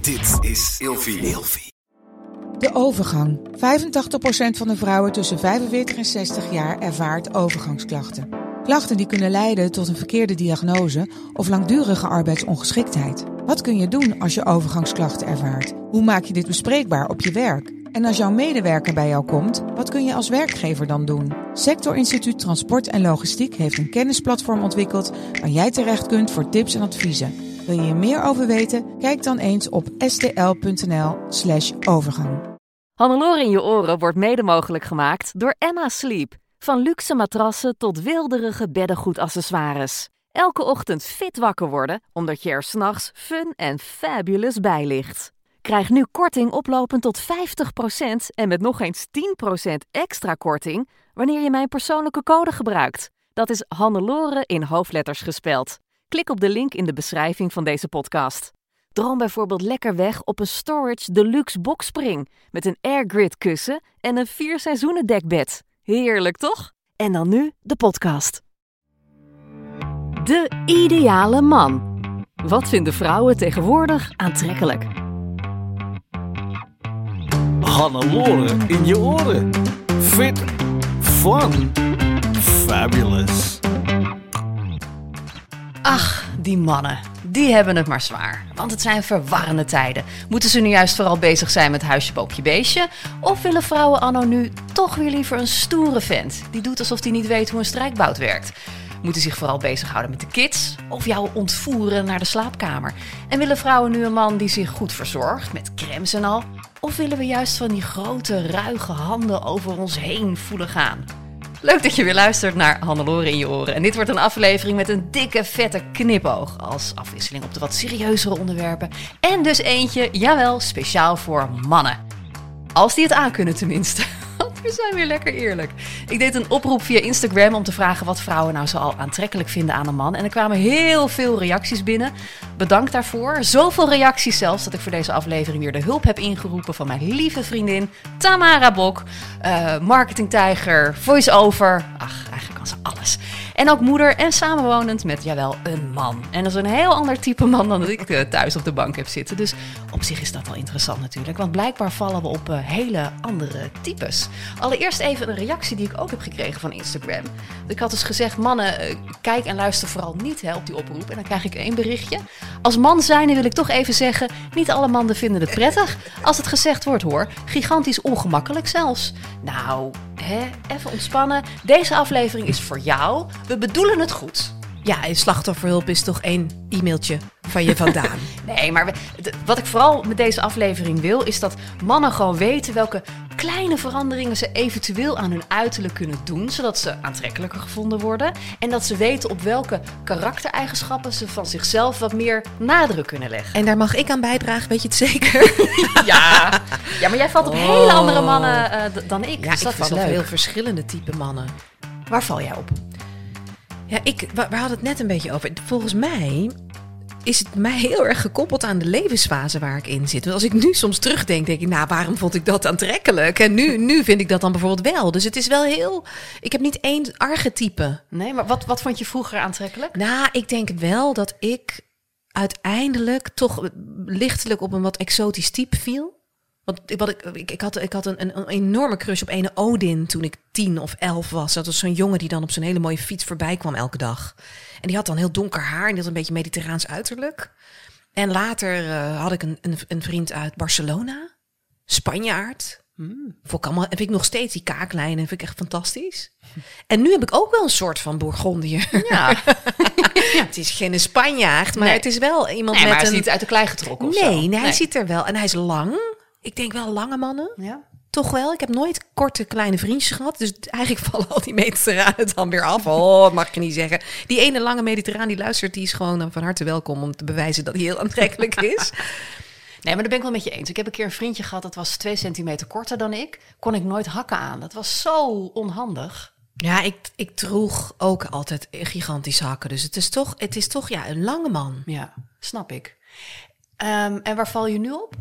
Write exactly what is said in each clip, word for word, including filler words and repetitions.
Dit is Ilfie. Ilfie. De overgang. vijfentachtig procent van de vrouwen tussen vijfenveertig en zestig jaar ervaart overgangsklachten. Klachten die kunnen leiden tot een verkeerde diagnose of langdurige arbeidsongeschiktheid. Wat kun je doen als je overgangsklachten ervaart? Hoe maak je dit bespreekbaar op je werk? En als jouw medewerker bij jou komt, wat kun je als werkgever dan doen? Sector Instituut Transport en Logistiek heeft een kennisplatform ontwikkeld waar jij terecht kunt voor tips en adviezen. Wil je er meer over weten? Kijk dan eens op stl.nl slash overgang. Hannelore in je oren wordt mede mogelijk gemaakt door Emma Sleep. Van luxe matrassen tot wilderige beddengoedaccessoires. Elke ochtend fit wakker worden, omdat je er 's nachts fun en fabulous bij ligt. Krijg nu korting oplopend tot vijftig procent en met nog eens tien procent extra korting wanneer je mijn persoonlijke code gebruikt. Dat is Hannelore in hoofdletters gespeld. Klik op de link in de beschrijving van deze podcast. Droom bijvoorbeeld lekker weg op een Storage Deluxe boxspring met een airgrid kussen en een vier seizoenen dekbed. Heerlijk, toch? En dan nu de podcast. De ideale man. Wat vinden vrouwen tegenwoordig aantrekkelijk? Hannelore in je oren. Fit, fun, fabulous. Ach, die mannen. Die hebben het maar zwaar. Want het zijn verwarrende tijden. Moeten ze nu juist vooral bezig zijn met huisje, boompje, beestje? Of willen vrouwen anno nu toch weer liever een stoere vent? Die doet alsof hij niet weet hoe een strijkbout werkt. Moeten zich vooral bezighouden met de kids? Of jou ontvoeren naar de slaapkamer? En willen vrouwen nu een man die zich goed verzorgt, met crèmes en al? Of willen we juist van die grote, ruige handen over ons heen voelen gaan? Leuk dat je weer luistert naar Hannelore in je oren. En dit wordt een aflevering met een dikke, vette knipoog. Als afwisseling op de wat serieuzere onderwerpen. En dus eentje, jawel, speciaal voor mannen. Als die het aankunnen tenminste. Want we zijn weer lekker eerlijk. Ik deed een oproep via Instagram om te vragen wat vrouwen nou zo al aantrekkelijk vinden aan een man. En er kwamen heel veel reacties binnen. Bedankt daarvoor. Zoveel reacties zelfs dat ik voor deze aflevering weer de hulp heb ingeroepen van mijn lieve vriendin Tamara Bok. Uh, marketingtijger, voice-over. Ach, eigenlijk kan ze alles. En ook moeder en samenwonend met, jawel, een man. En dat is een heel ander type man dan dat ik uh, thuis op de bank heb zitten. Dus op zich is dat wel interessant natuurlijk. Want blijkbaar vallen we op uh, hele andere types. Allereerst even een reactie die ik ook heb gekregen van Instagram. Ik had dus gezegd, mannen, uh, kijk en luister vooral niet hè, op die oproep. En dan krijg ik één berichtje. Als man zijnde wil ik toch even zeggen, niet alle mannen vinden het prettig. Als het gezegd wordt hoor, gigantisch ongemakkelijk zelfs. Nou, hè, even ontspannen. Deze aflevering is voor jou. We bedoelen het goed. Ja, en slachtofferhulp is toch één e-mailtje van je vandaan. Nee, maar we, d- wat ik vooral met deze aflevering wil, is dat mannen gewoon weten welke kleine veranderingen ze eventueel aan hun uiterlijk kunnen doen, zodat ze aantrekkelijker gevonden worden. En dat ze weten op welke karaktereigenschappen ze van zichzelf wat meer nadruk kunnen leggen. En daar mag ik aan bijdragen, weet je het zeker? ja. ja, maar jij valt op oh. hele andere mannen uh, d- dan ik. Ja, dus dat ik val is op leuk. heel verschillende type mannen. Waar val jij op? Ja, ik, we, we hadden het net een beetje over. Volgens mij is het mij heel erg gekoppeld aan de levensfase waar ik in zit. Want als ik nu soms terugdenk, denk ik, nou, waarom vond ik dat aantrekkelijk? En nu, nu vind ik dat dan bijvoorbeeld wel. Dus het is wel heel... Ik heb niet één archetype. Nee, maar wat, wat vond je vroeger aantrekkelijk? Nou, ik denk wel dat ik uiteindelijk toch lichtelijk op een wat exotisch type viel. Want wat ik, ik, ik had, ik had een, een, een enorme crush op ene Odin toen ik tien of elf was. Dat was zo'n jongen die dan op zo'n hele mooie fiets voorbij kwam elke dag. En die had dan heel donker haar en die had een beetje mediterraans uiterlijk. En later uh, had ik een, een, een vriend uit Barcelona, Spanjaard. Hmm. Vond ik allemaal, heb ik nog steeds die kaaklijnen, vind ik echt fantastisch. En nu heb ik ook wel een soort van Bourgondiër. Ja. Ja. Het is geen Spanjaard, maar nee. het is wel iemand nee, met maar hij een... is niet uit de klei getrokken of nee, zo. Nee, nee, hij ziet er wel. En hij is lang. Ik denk wel lange mannen. Ja. Toch wel. Ik heb nooit korte kleine vriendjes gehad. Dus eigenlijk vallen al die mediterranen dan weer af. Oh, dat mag je niet zeggen. Die ene lange mediterraan die luistert, die is gewoon van harte welkom om te bewijzen dat hij heel aantrekkelijk is. Nee, maar daar ben ik wel met je eens. Ik heb een keer een vriendje gehad, dat was twee centimeter korter dan ik. Kon ik nooit hakken aan. Dat was zo onhandig. Ja, ik, ik droeg ook altijd gigantische hakken. Dus het is toch, het is toch ja, een lange man. Ja, snap ik. Um, en waar val je nu op?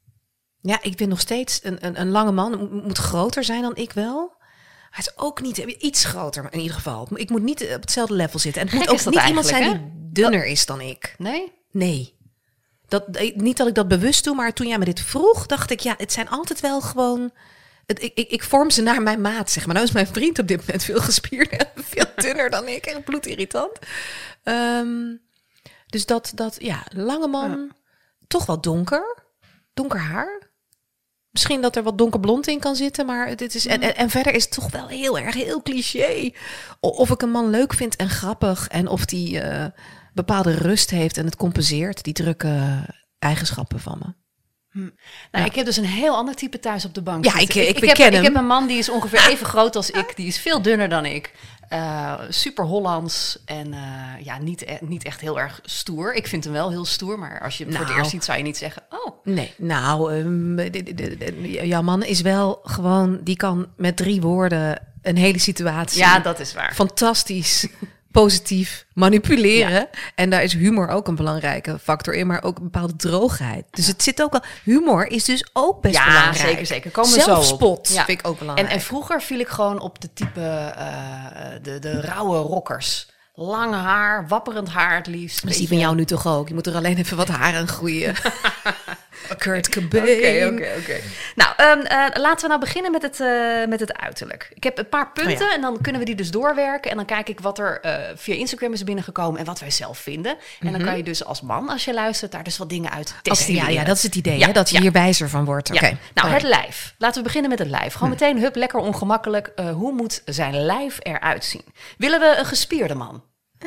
Ja, ik ben nog steeds een, een, een lange man. Moet groter zijn dan ik wel. Hij is ook niet iets groter, maar in ieder geval. Ik moet niet op hetzelfde level zitten. En het moet ook niet iemand zijn die dunner is dan ik. Nee? Nee. Dat, niet dat ik dat bewust doe, maar toen jij me dit vroeg, dacht ik, ja, het zijn altijd wel gewoon... Het, ik, ik, ik vorm ze naar mijn maat, zeg maar. Nou is mijn vriend op dit moment veel gespierder, veel dunner dan ik. Echt bloedirritant. Um, dus dat, dat, ja, lange man, ja. Toch wel donker. Donker haar. Misschien dat er wat donkerblond in kan zitten, maar dit is... En, en, en verder is het toch wel heel erg, heel cliché. Of ik een man leuk vind en grappig en of die uh, bepaalde rust heeft en het compenseert, die drukke eigenschappen van me. Hm. Nou, ja. Ik heb dus een heel ander type thuis op de bank. Ja, ik, ik, ik, ik, heb, ken hem. ik heb een man die is ongeveer even groot als ik. Die is veel dunner dan ik. Uh, super Hollands en uh, ja, niet, e- niet echt heel erg stoer. Ik vind hem wel heel stoer, maar als je hem nou, voor het eerst ziet, zou je niet zeggen, oh. Nee, nou, um, de, de, de, de, jouw man is wel gewoon, die kan met drie woorden een hele situatie. Ja, dat is waar. Fantastisch. Positief manipuleren. Ja. En daar is humor ook een belangrijke factor in, maar ook een bepaalde droogheid. Dus ja. Het zit ook al... Humor is dus ook best ja, belangrijk. Ja, zeker, zeker. Komen we Zelfspot zo op. vind ik ook belangrijk. En, en vroeger viel ik gewoon op de type, uh, de, de rauwe rockers. Lang haar, wapperend haar het liefst. Maar die van jou nu toch ook? Je moet er alleen even wat haar aan groeien. Kurt Cobain. Oké, oké, oké. Nou, um, uh, laten we nou beginnen met het, uh, met het uiterlijk. Ik heb een paar punten oh ja. en dan kunnen we die dus doorwerken. En dan kijk ik wat er uh, via Instagram is binnengekomen en wat wij zelf vinden. En mm-hmm. dan kan je dus als man, als je luistert, daar dus wat dingen uit testen. Ja, ja, dat is het idee, ja, hè? Dat je ja. hier wijzer van wordt. Ja. Okay. Nou, oh. het lijf. Laten we beginnen met het lijf. Gewoon hm. meteen, hup, lekker ongemakkelijk. Uh, hoe moet zijn lijf eruit zien? Willen we een gespierde man?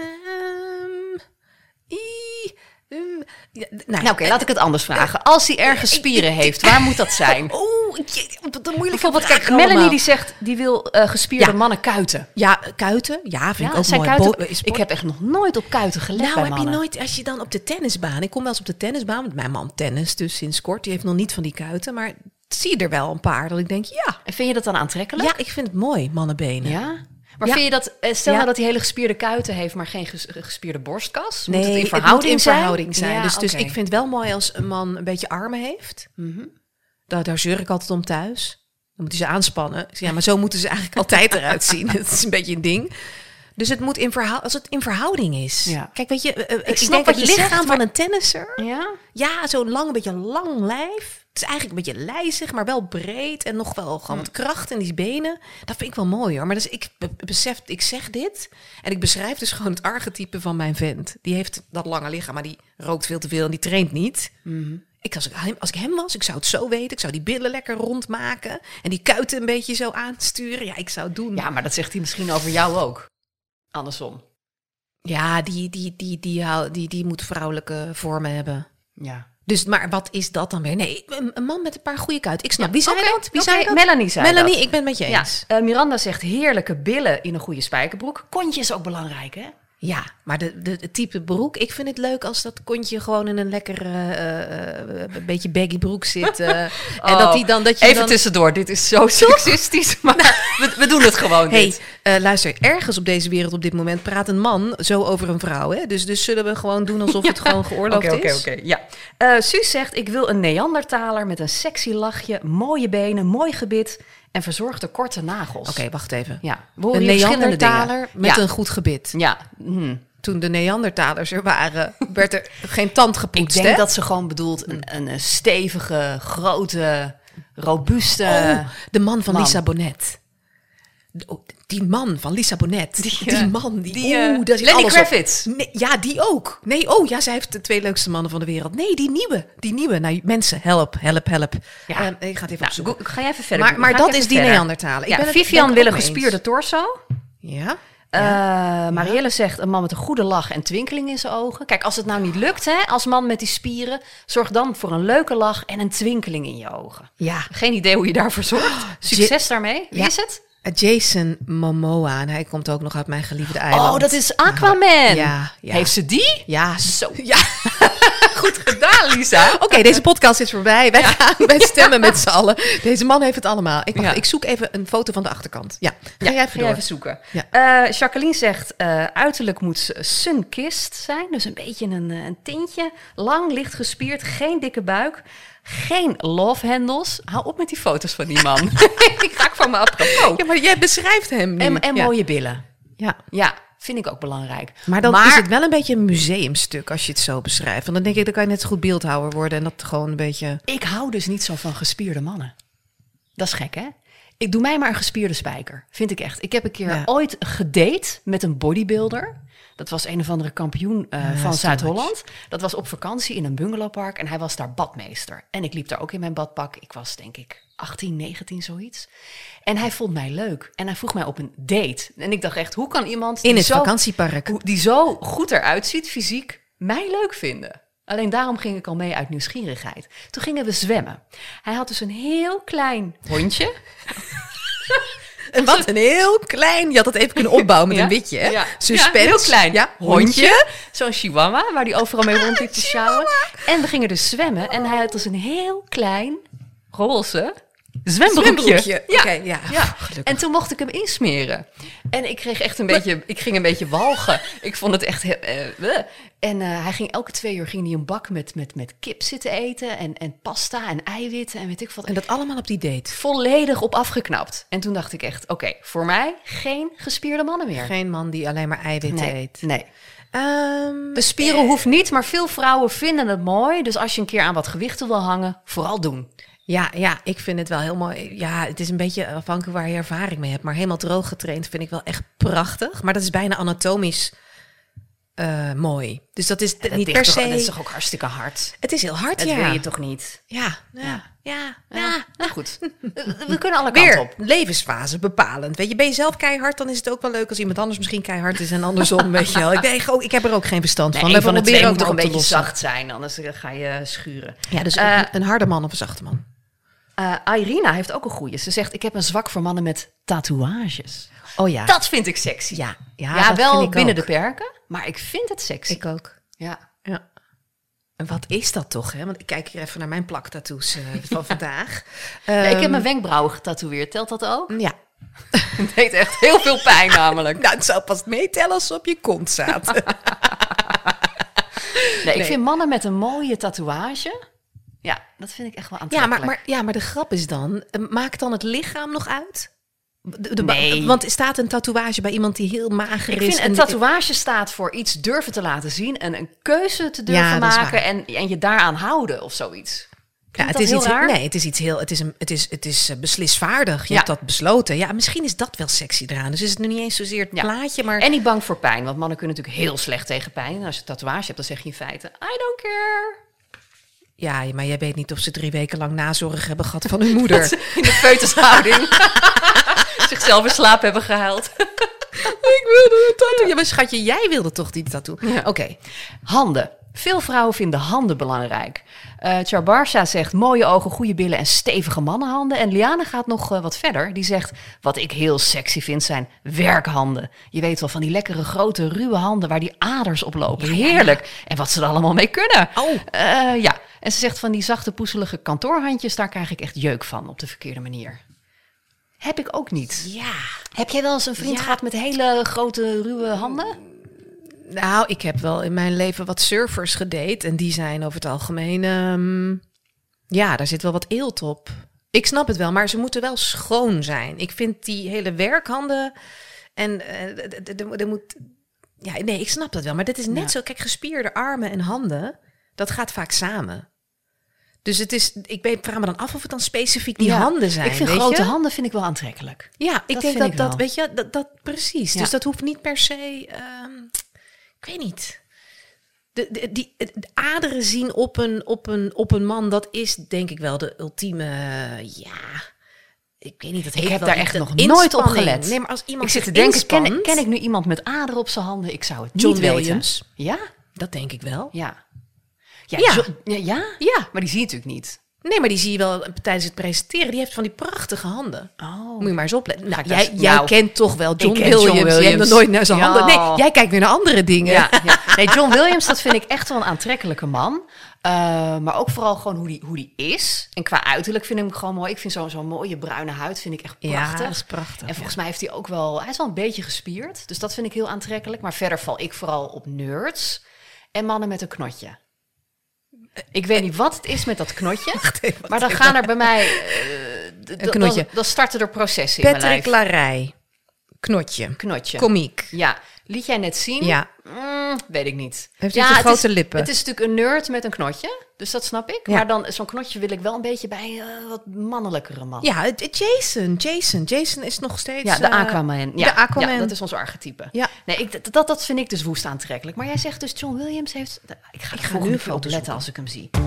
Um, i, um, ja, nou, nou oké, okay, laat ik het anders vragen. Als hij ergens spieren heeft, waar moet dat zijn? Oeh, wat een moeilijke Bijvoorbeeld, kijk, Melanie die zegt, die wil uh, gespierde ja. mannen kuiten. Ja, kuiten, ja, vind ja, ik ook mooi. Kuiten, Bo- ik heb echt nog nooit op kuiten gelet nou, bij heb mannen. je nooit, als je dan op de tennisbaan, ik kom wel eens op de tennisbaan, want mijn man tennis dus sinds kort, die heeft nog niet van die kuiten, maar zie je er wel een paar dat ik denk, ja. En vind je dat dan aantrekkelijk? Ja, ik vind het mooi, mannenbenen. Ja? Maar ja. vind je dat, stel ja. nou dat hij hele gespierde kuiten heeft, maar geen ges, gespierde borstkas? Nee, moet het in verhouding het moet in zijn? verhouding zijn. Ja, dus, okay. dus ik vind het wel mooi als een man een beetje armen heeft. Mm-hmm. Daar, daar zeur ik altijd om thuis. Dan moet hij ze aanspannen. Ik zeg, ja, maar zo moeten ze eigenlijk altijd eruit zien. Dat is een beetje een ding. Dus het moet in verhouding, als het in verhouding is. Ja. Kijk, weet je, uh, ik, ik snap denk wat het lichaam zegt, van maar... een tennisser. Ja? Ja, zo'n lang, een beetje lang lijf. Het is eigenlijk een beetje lijzig, maar wel breed en nog wel gewoon wat kracht in die benen. Dat vind ik wel mooi hoor. Maar dus ik besef, ik zeg dit en ik beschrijf dus gewoon het archetype van mijn vent. Die heeft dat lange lichaam, maar die rookt veel te veel en die traint niet. Mm-hmm. Ik, als, ik hem, als ik hem was, ik zou het zo weten. Ik zou die billen lekker rondmaken en die kuiten een beetje zo aansturen. Ja, ik zou het doen. Ja, maar dat zegt hij misschien over jou ook. Andersom. Ja, die, die, die, die, die, die, die moet vrouwelijke vormen hebben. Ja. Dus, maar wat is dat dan weer? Nee, een, een man met een paar goede kuiten. Ik snap. Ja, Wie zei okay, dat? Wie okay. zei dat? Melanie zei Melanie, dat. ik ben het met je eens. Ja. Uh, Miranda zegt heerlijke billen in een goede spijkerbroek. Kontje is ook belangrijk, hè? Ja, maar de, de, de type broek, ik vind het leuk als dat kontje gewoon in een lekker uh, uh, beetje baggy broek zit. Uh, en oh, dat die dan dat je even dan... tussendoor, dit is zo seksistisch, maar we, we doen het gewoon. Hey, dit. Uh, luister, ergens op deze wereld op dit moment praat een man zo over een vrouw, hè? Dus, dus zullen we gewoon doen alsof ja. het gewoon geoorloofd okay, okay, is? Oké, oké, ja. Uh, Suus zegt, ik wil een Neandertaler met een sexy lachje, mooie benen, mooi gebit en verzorgde korte nagels. Oké, okay, wacht even. Ja, een Neandertaler met ja. een goed gebit. Ja. Hm. Toen de Neandertalers er waren, werd er geen tand gepoetst. Ik denk hè? dat ze gewoon bedoelt een, een stevige, grote, robuuste... Oh, de man van man. Lisa Bonet. Die man van Lisa Bonet. Die, die uh, man. Die, die uh, oeh, dat Lenny Kravitz. Nee, ja, die ook. Nee, oh ja, zij heeft de twee leukste mannen van de wereld. Nee, die nieuwe. Die nieuwe. Nou, mensen, help, help, help. Ja. Uh, ik ga het even nou, opzoeken. Ga jij even verder. Maar, maar dat is die verder. Neandertaler. Ja, ik ben Vivian wil een gespierde eens. torso. Ja. Uh, ja. Marielle ja. zegt een man met een goede lach en twinkeling in zijn ogen. Kijk, als het nou niet lukt, hè, als man met die spieren, zorg dan voor een leuke lach en een twinkeling in je ogen. Ja. Geen idee hoe je daarvoor zorgt. Succes ja. daarmee. Wie ja. is het? Jason Momoa. En hij komt ook nog uit mijn geliefde eiland. Oh, dat is Aquaman. Ja. ja. Heeft ze die? Ja. Zo. Ja. Goed gedaan, Lisa. Oké, okay, deze podcast is voorbij. Wij, ja. gaan, wij stemmen met z'n allen. Deze man heeft het allemaal. Ik, wacht, ja. ik zoek even een foto van de achterkant. Ja, ga ja, jij even, ga door. even zoeken. Ja. Uh, Jacqueline zegt, uh, uiterlijk moet sun-kissed zijn. Dus een beetje een, een tintje. Lang, licht gespierd, geen dikke buik. Geen love handles. Hou op met die foto's van die man. Ik raak van me apropos. Ja, maar jij beschrijft hem nu. En, en ja. mooie billen. Ja. Ja. vind ik ook belangrijk. Maar dan Maar- is het wel een beetje een museumstuk als je het zo beschrijft. Want dan denk ik, dan kan je net zo goed beeldhouwer worden en dat gewoon een beetje... Ik hou dus niet zo van gespierde mannen. Dat is gek, hè? Ik doe mij maar een gespierde spijker. Vind ik echt. Ik heb een keer Ja. ooit gedate met een bodybuilder. Dat was een of andere kampioen uh, Ja, van too Zuid-Holland. Dat was op vakantie in een bungalowpark en hij was daar badmeester. En ik liep daar ook in mijn badpak. Ik was denk ik achttien, negentien, zoiets. En hij vond mij leuk. En hij vroeg mij op een date. En ik dacht echt, hoe kan iemand In die, het zo, vakantiepark. hoe- die zo goed eruit ziet, fysiek, mij leuk vinden? Alleen daarom ging ik al mee uit nieuwsgierigheid. Toen gingen we zwemmen. Hij had dus een heel klein hondje. En wat een heel klein... Je had dat even kunnen opbouwen met Ja, een witje, hè? ja. Suspense. Ja, heel klein. Ja, Hondje. Zo'n chihuahua, waar die overal mee rond liep te sjouwen. En we gingen dus zwemmen. En hij had dus een heel klein, roze zwembroekje. Zwembroekje. Ja. Oké, ja. ja. Gelukkig. En toen mocht ik hem insmeren. En ik kreeg echt een beetje... Ik ging een beetje walgen. Ik vond het echt... heel, eh, bleh. En uh, hij ging elke twee uur ging hij een bak met, met, met kip zitten eten. En, en pasta en eiwitten en weet ik wat. En dat allemaal op die date. Volledig op afgeknapt. En toen dacht ik echt... Oké, okay, voor mij geen gespierde mannen meer. Geen man die alleen maar eiwitten nee, eet. nee. Um, De spieren hoeft niet, maar veel vrouwen vinden het mooi. Dus als je een keer aan wat gewichten wil hangen, vooral doen. Ja, ja, ik vind het wel heel mooi. Ja, het is een beetje afhankelijk waar je ervaring mee hebt. Maar helemaal droog getraind vind ik wel echt prachtig. Maar dat is bijna anatomisch uh, mooi. Dus dat is Ja, dat niet ligt per toch, se... dat is toch ook hartstikke hard? Het is heel hard, Dat ja. wil je toch niet? Ja, ja, Ja. ja. ja. Ja, nou goed. We, we kunnen alle kanten Weer, op. levensfase bepalend. Weet je, ben je zelf keihard, dan is het ook wel leuk als iemand anders misschien keihard is en andersom, weet je wel. Ik, denk, oh, ik heb er ook geen verstand Nee, van. een We van de proberen twee ook moet toch maar een op te beetje lossen. zacht zijn, anders ga je schuren. Ja, dus Uh, een, een harde man of een zachte man. Uh, Irina heeft ook een goeie. Ze zegt, ik heb een zwak voor mannen met tatoeages. Oh ja. Dat vind ik sexy. Ja, ja, Ja, dat wel vind ik binnen ook. de perken, maar ik vind het sexy. Ik ook. Ja. Ja. En wat is dat toch, hè? Want ik kijk hier even naar mijn plaktattoos uh, van vandaag. Ja, ik heb Um, mijn wenkbrauwen getatoeëerd. Telt dat ook? Ja. Het deed echt heel veel pijn namelijk. Nou, het zou pas meetellen als ze op je kont zaten. Nee, ik Nee. vind mannen met een mooie tatoeage... Ja, dat vind ik echt wel ja, aantrekkelijk. maar, maar, ja, maar de grap is dan, uh, maakt dan het lichaam nog uit? De, de, Nee. Want staat een tatoeage bij iemand die heel mager Ik is? vind en een tatoeage staat voor iets durven te laten zien... en een keuze te durven Ja, dat is maken waar. en, en je daaraan houden of zoiets. Ja, Klinkt het dat is heel iets, raar? nee, het is iets heel, het is een, het is, het is uh, beslisvaardig. Je Ja. hebt dat besloten. Ja, misschien is dat wel sexy eraan. Dus is het nu niet eens zozeer het Ja. plaatje, maar En niet bang voor pijn, want mannen kunnen natuurlijk heel slecht tegen pijn. En als je een tatoeage hebt, dan zeg je in feite... I don't care. ja, maar jij weet niet of ze drie weken lang nazorg hebben gehad van hun moeder. In de feutushouding. Zichzelf in slaap hebben gehuild. Ik wilde een tattoo. Ja, maar schatje, jij wilde toch die tattoo? Ja. Oké. Handen. Veel vrouwen vinden handen belangrijk. Uh, Charbarsha zegt mooie ogen, goede billen en stevige mannenhanden. En Liane gaat nog uh, wat verder. Die zegt, wat ik heel sexy vind zijn werkhanden. Je weet wel, van die lekkere grote ruwe handen waar die aders op lopen. Ja, ja, ja. Heerlijk. En wat ze er allemaal mee kunnen. Oh. Uh, ja, en ze zegt van die zachte poezelige kantoorhandjes, daar krijg ik echt jeuk van op de verkeerde manier. Heb ik ook niet. Ja. Heb jij wel eens een vriend Ja. gehad met hele grote ruwe handen? Nou, ik heb wel in mijn leven wat surfers gedate. En die zijn over het algemeen... Um, ja, daar zit wel wat eelt op. Ik snap het wel, maar ze moeten wel schoon zijn. Ik vind die hele werkhanden... En uh, er moet... Ja, nee, ik snap dat wel. Maar dit is net Ja. zo... Kijk, gespierde armen en handen... Dat gaat vaak samen. Dus het is... Ik ben, vraag me dan af of het dan specifiek die Ja. handen zijn. Ik vind weet grote je? handen vind ik wel aantrekkelijk. Ja, ik Dat denk vind dat ik dat, wel. weet je, dat, dat precies. Ja. Dus dat hoeft niet per se, um, ik weet niet. De, de, die, de aderen zien op een, op, een, op een man, dat is denk ik wel de ultieme, ja, ik weet niet. Dat Ik heet heb wel daar iets- echt nog inspanning. nooit op gelet. Nee, maar als iemand Ik zit te zich denken, ken, inspant- ken ik nu iemand met aderen op zijn handen? Ik zou het John niet weten. Williams. Ja? Dat denk ik wel. Ja. Ja, Ja. Jo- ja, ja? Ja. Maar die zie je natuurlijk niet. Nee, maar die zie je wel tijdens het presenteren. Die heeft van die prachtige handen. Oh. Moet je maar eens opletten. Nou, ik daar jij, eens- jij nou, kent toch wel John ken John Williams. Je hebt Williams. nog nooit naar zijn Ja. handen. Nee, jij kijkt weer naar andere dingen. Ja, ja. Nee, John Williams, dat vind ik echt wel een aantrekkelijke man. Uh, maar ook vooral gewoon hoe die, hoe die is. En qua uiterlijk vind ik hem gewoon mooi. Ik vind zo'n zo'n mooie bruine huid vind ik echt prachtig. Ja, dat is prachtig. En volgens mij heeft hij ook wel... Hij is wel een beetje gespierd. Dus dat vind ik heel aantrekkelijk. Maar verder val ik vooral op nerds. En mannen met een knotje. Ik weet niet wat het is met dat knotje. even, wacht maar dan even. gaan er bij mij... Uh, d- Een knotje. Dan, dan starten er processen in mijn Patrick lijf. Larrey. Knotje. Knotje. Komiek. Ja, Liet jij net zien? Ja. Mm, weet ik niet. Heeft ja, hij te het grote is, lippen? Het is natuurlijk een nerd met een knotje. Dus dat snap ik. Ja. Maar dan zo'n knotje wil ik wel een beetje bij uh, wat mannelijkere man. Ja, het- Jason. Jason. Jason is nog steeds... Ja, de eh, Aquaman. Ja, de Aquaman. ja, dat is ons archetype. Ja. Nee, ik, dat, dat vind ik dus woest aantrekkelijk. Maar jij zegt dus John Williams heeft... Ik ga, Ik ik ga ga nu nu even op letten opzoeken. als ik hem zie.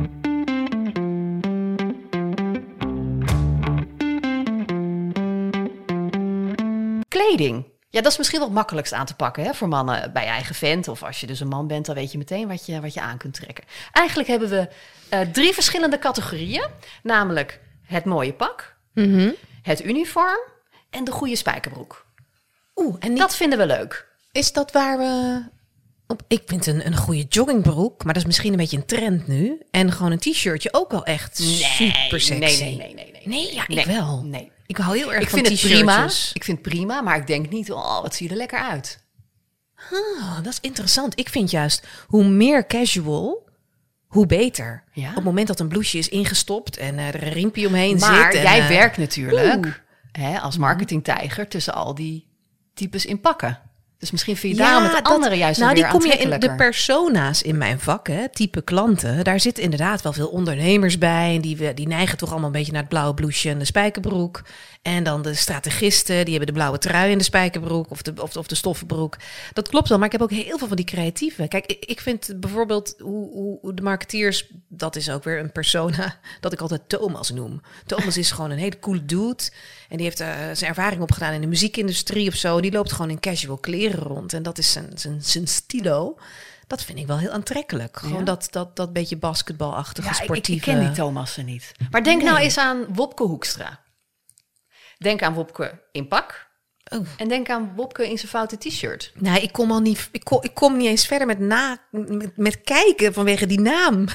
Kleding. Ja, dat is misschien wel het makkelijkst aan te pakken hè, voor mannen bij je eigen vent. Of als je dus een man bent, dan weet je meteen wat je, wat je aan kunt trekken. Eigenlijk hebben we uh, drie verschillende categorieën. Namelijk het mooie pak, Mhm. het uniform en de goede spijkerbroek. Oeh, en niet, Dat vinden we leuk. is dat waar we... Op, ik vind een, een goede joggingbroek, maar dat is misschien een beetje een trend nu. En gewoon een t-shirtje ook wel echt super sexy. Nee, nee, nee, nee, nee. Nee, ja, ik Nee, wel. Nee. Ik hou heel erg Ik van vind het prima. t-shirtjes. Ik vind het prima, maar ik denk niet, oh, wat zie je er lekker uit. Oh, dat is interessant. Ik vind juist, hoe meer casual, hoe beter. Ja? Op het moment dat een blouseje is ingestopt en uh, er een riempje omheen Maar zit. en, jij uh, werkt natuurlijk oeh. hè, als marketingtijger tussen al die types in pakken. Dus misschien vind je Ja, daarom het dat- andere juist nou, weer die kom je in de aantrekkelijker. persona's in mijn vak, hè, type klanten. Daar zitten inderdaad wel veel ondernemers bij. En die, we- die neigen toch allemaal een beetje naar het blauwe blouseje en de spijkerbroek. En dan de strategisten, die hebben de blauwe trui en de spijkerbroek of de, of, of de stoffenbroek. Dat klopt wel, maar ik heb ook heel veel van die creatieven. Kijk, ik, ik vind bijvoorbeeld hoe, hoe, hoe de marketeers, dat is ook weer een persona dat ik altijd Thomas noem. Thomas is gewoon een hele coole dude. En die heeft uh, zijn ervaring opgedaan in de muziekindustrie of zo. Die loopt gewoon in casual kleren rond. En dat is zijn, zijn, zijn stilo. Dat vind ik wel heel aantrekkelijk. Gewoon Ja? dat, dat, dat beetje basketbalachtige, Ja, ik, ik, sportieve... ik ken die Thomassen niet. Maar denk Nee. nou eens aan Wopke Hoekstra. Denk aan Wopke in pak. Oh. En denk aan Wopke in zijn foute t-shirt. Nee, ik kom al niet. Ik kom, ik kom niet eens verder met, na, met, met kijken vanwege die naam.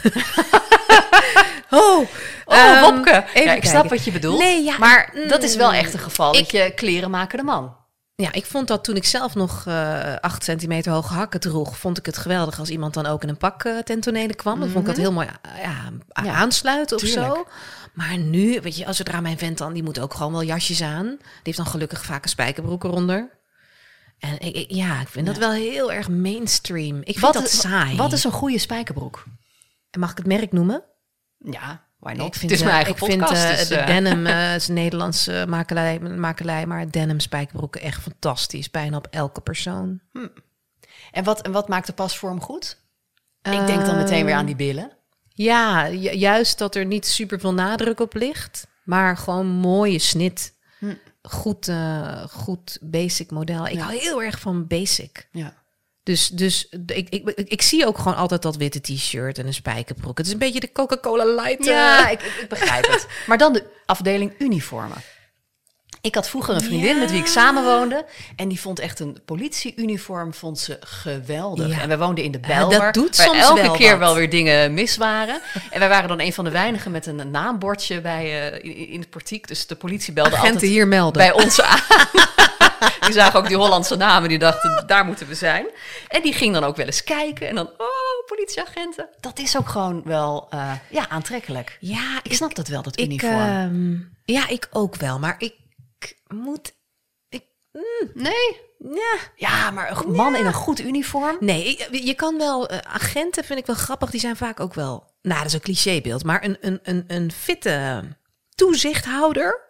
oh, Oh, ehm, Wopke. even Ja, ik snap kijken. wat je bedoelt. Nee, ja, maar mm, dat is wel echt een geval ik- dat je kleren maken de man. Ja, ik vond dat toen ik zelf nog uh, acht centimeter hoge hakken droeg, vond ik het geweldig als iemand dan ook in een pak uh, ten tonele kwam. Dat vond ik dat heel mooi uh, ja, Ja, aansluiten of tuurlijk. zo. Maar nu, weet je, als zodra mijn vent dan, die moet ook gewoon wel jasjes aan. Die heeft dan gelukkig vaak een spijkerbroek eronder. En ik, ik- ja, ik vind dat wel heel erg mainstream. Ik vind Wat dat is, saai. Wat is een goede spijkerbroek? En mag ik het merk noemen? Ja, why not? Ik vind, het is mijn eh, eigen ik podcast. vind uh, dus, de eh, denim, uh, is een Nederlandse makelij, makelij, maar denim spijkerbroeken echt fantastisch. Bijna op elke persoon. En wat, en wat maakt de pasvorm goed? Ik denk dan meteen weer aan die billen. Ja, ju- juist dat er niet super veel nadruk op ligt, maar gewoon mooie snit. Hm. Goed, uh, goed basic model. Ik Ja. hou heel erg van basic. Ja. Dus, dus de- ik, ik, ik, ik zie ook gewoon altijd dat witte t-shirt en een spijkerbroek. Het is een beetje de Coca-Cola Light. uh, Ja, ik, ik begrijp het. Maar dan de afdeling uniformen. Ik had vroeger een vriendin Ja. met wie ik samenwoonde. En die vond echt een politieuniform vond ze geweldig. Ja. En wij woonden in de Ja, Bijlmer. dat doet waar soms elke wel keer wat. wel weer dingen mis waren. En wij waren dan een van de weinigen met een naambordje bij, uh, in, in het portiek. Dus de politie belde Agenten altijd hier melden. bij ons aan. Die zagen ook die Hollandse namen. Die dachten, daar moeten we zijn. En die ging dan ook wel eens kijken. En dan, oh, politieagenten. Dat is ook gewoon wel uh, ja, aantrekkelijk. Ja, Ik snap dat wel, dat ik, uniform. ehm, ja, ik ook wel. Maar ik moet... Ik, nee? ja, Ja, maar een man in een goed uniform. nee, ik- je kan wel... eh, agenten vind ik wel grappig. Die zijn vaak ook wel... Nou, dat is een clichébeeld. Maar een, een, een, een fitte toezichthouder...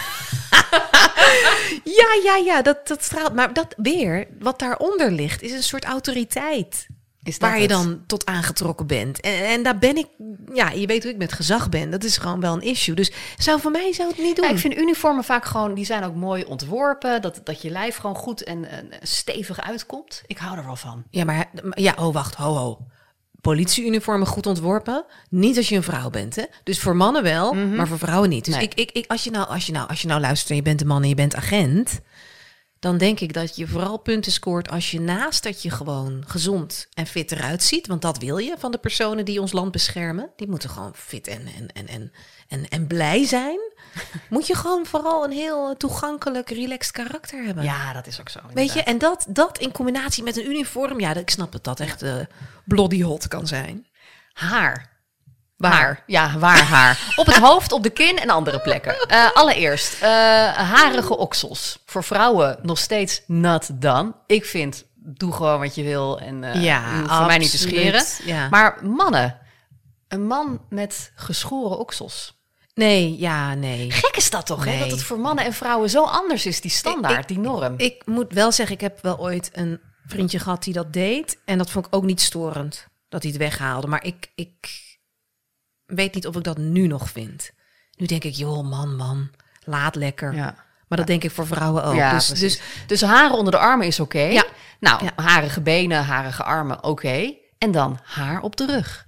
ja, ja, ja, dat, dat straalt. Maar dat weer, wat daaronder ligt, is een soort autoriteit. Is dat Waar je het? dan tot aangetrokken bent. En, en daar ben ik... Ja, je weet hoe ik met gezag ben. Dat is gewoon wel een issue. Dus zou voor mij zou het niet doen. Ja, ik vind uniformen vaak gewoon, die zijn ook mooi ontworpen. Dat, dat je lijf gewoon goed en, en stevig uitkomt. Ik hou er wel van. Ja, maar ja, oh wacht, ho ho. Politieuniformen goed ontworpen, niet als je een vrouw bent, hè? Dus voor mannen wel, maar voor vrouwen niet. Dus Nee. ik, ik, ik, als je nou, als je nou, als je nou luistert en je bent een man en je bent agent, dan denk ik dat je vooral punten scoort als je naast dat je gewoon gezond en fit eruit ziet, want dat wil je van de personen die ons land beschermen. Die moeten gewoon fit en en en en en, en blij zijn. Moet je gewoon vooral een heel toegankelijk, relaxed karakter hebben. Ja, dat is ook zo. Weet je, inderdaad. en dat, dat in combinatie met een uniform, ja, ik snap dat dat echt uh, bloody hot kan zijn. Haar. Waar? Haar. Ja, waar haar. Op het hoofd, op de kin en andere plekken. Uh, allereerst, uh, harige oksels. Voor vrouwen nog steeds not done. Ik vind doe gewoon wat je wil en uh, Ja, je hoeft voor mij niet te scheren. Ja. Maar mannen, een man met geschoren oksels. Nee, ja, nee. Gek is dat toch, Nee. hè? Dat het voor mannen en vrouwen zo anders is, die standaard, Ik- die norm. Ik moet wel zeggen, ik heb wel ooit een vriendje gehad die dat deed. En dat vond ik ook niet storend, dat hij het weghaalde. Maar ik, ik weet niet of ik dat nu nog vind. Nu denk ik, joh, man, man, laat lekker. ja. Maar dat denk ik voor vrouwen ook. Ja, dus, precies. dus Dus haren onder de armen is oké. Ja. Nou, Ja. harige benen, harige armen, oké. En dan haar op de rug.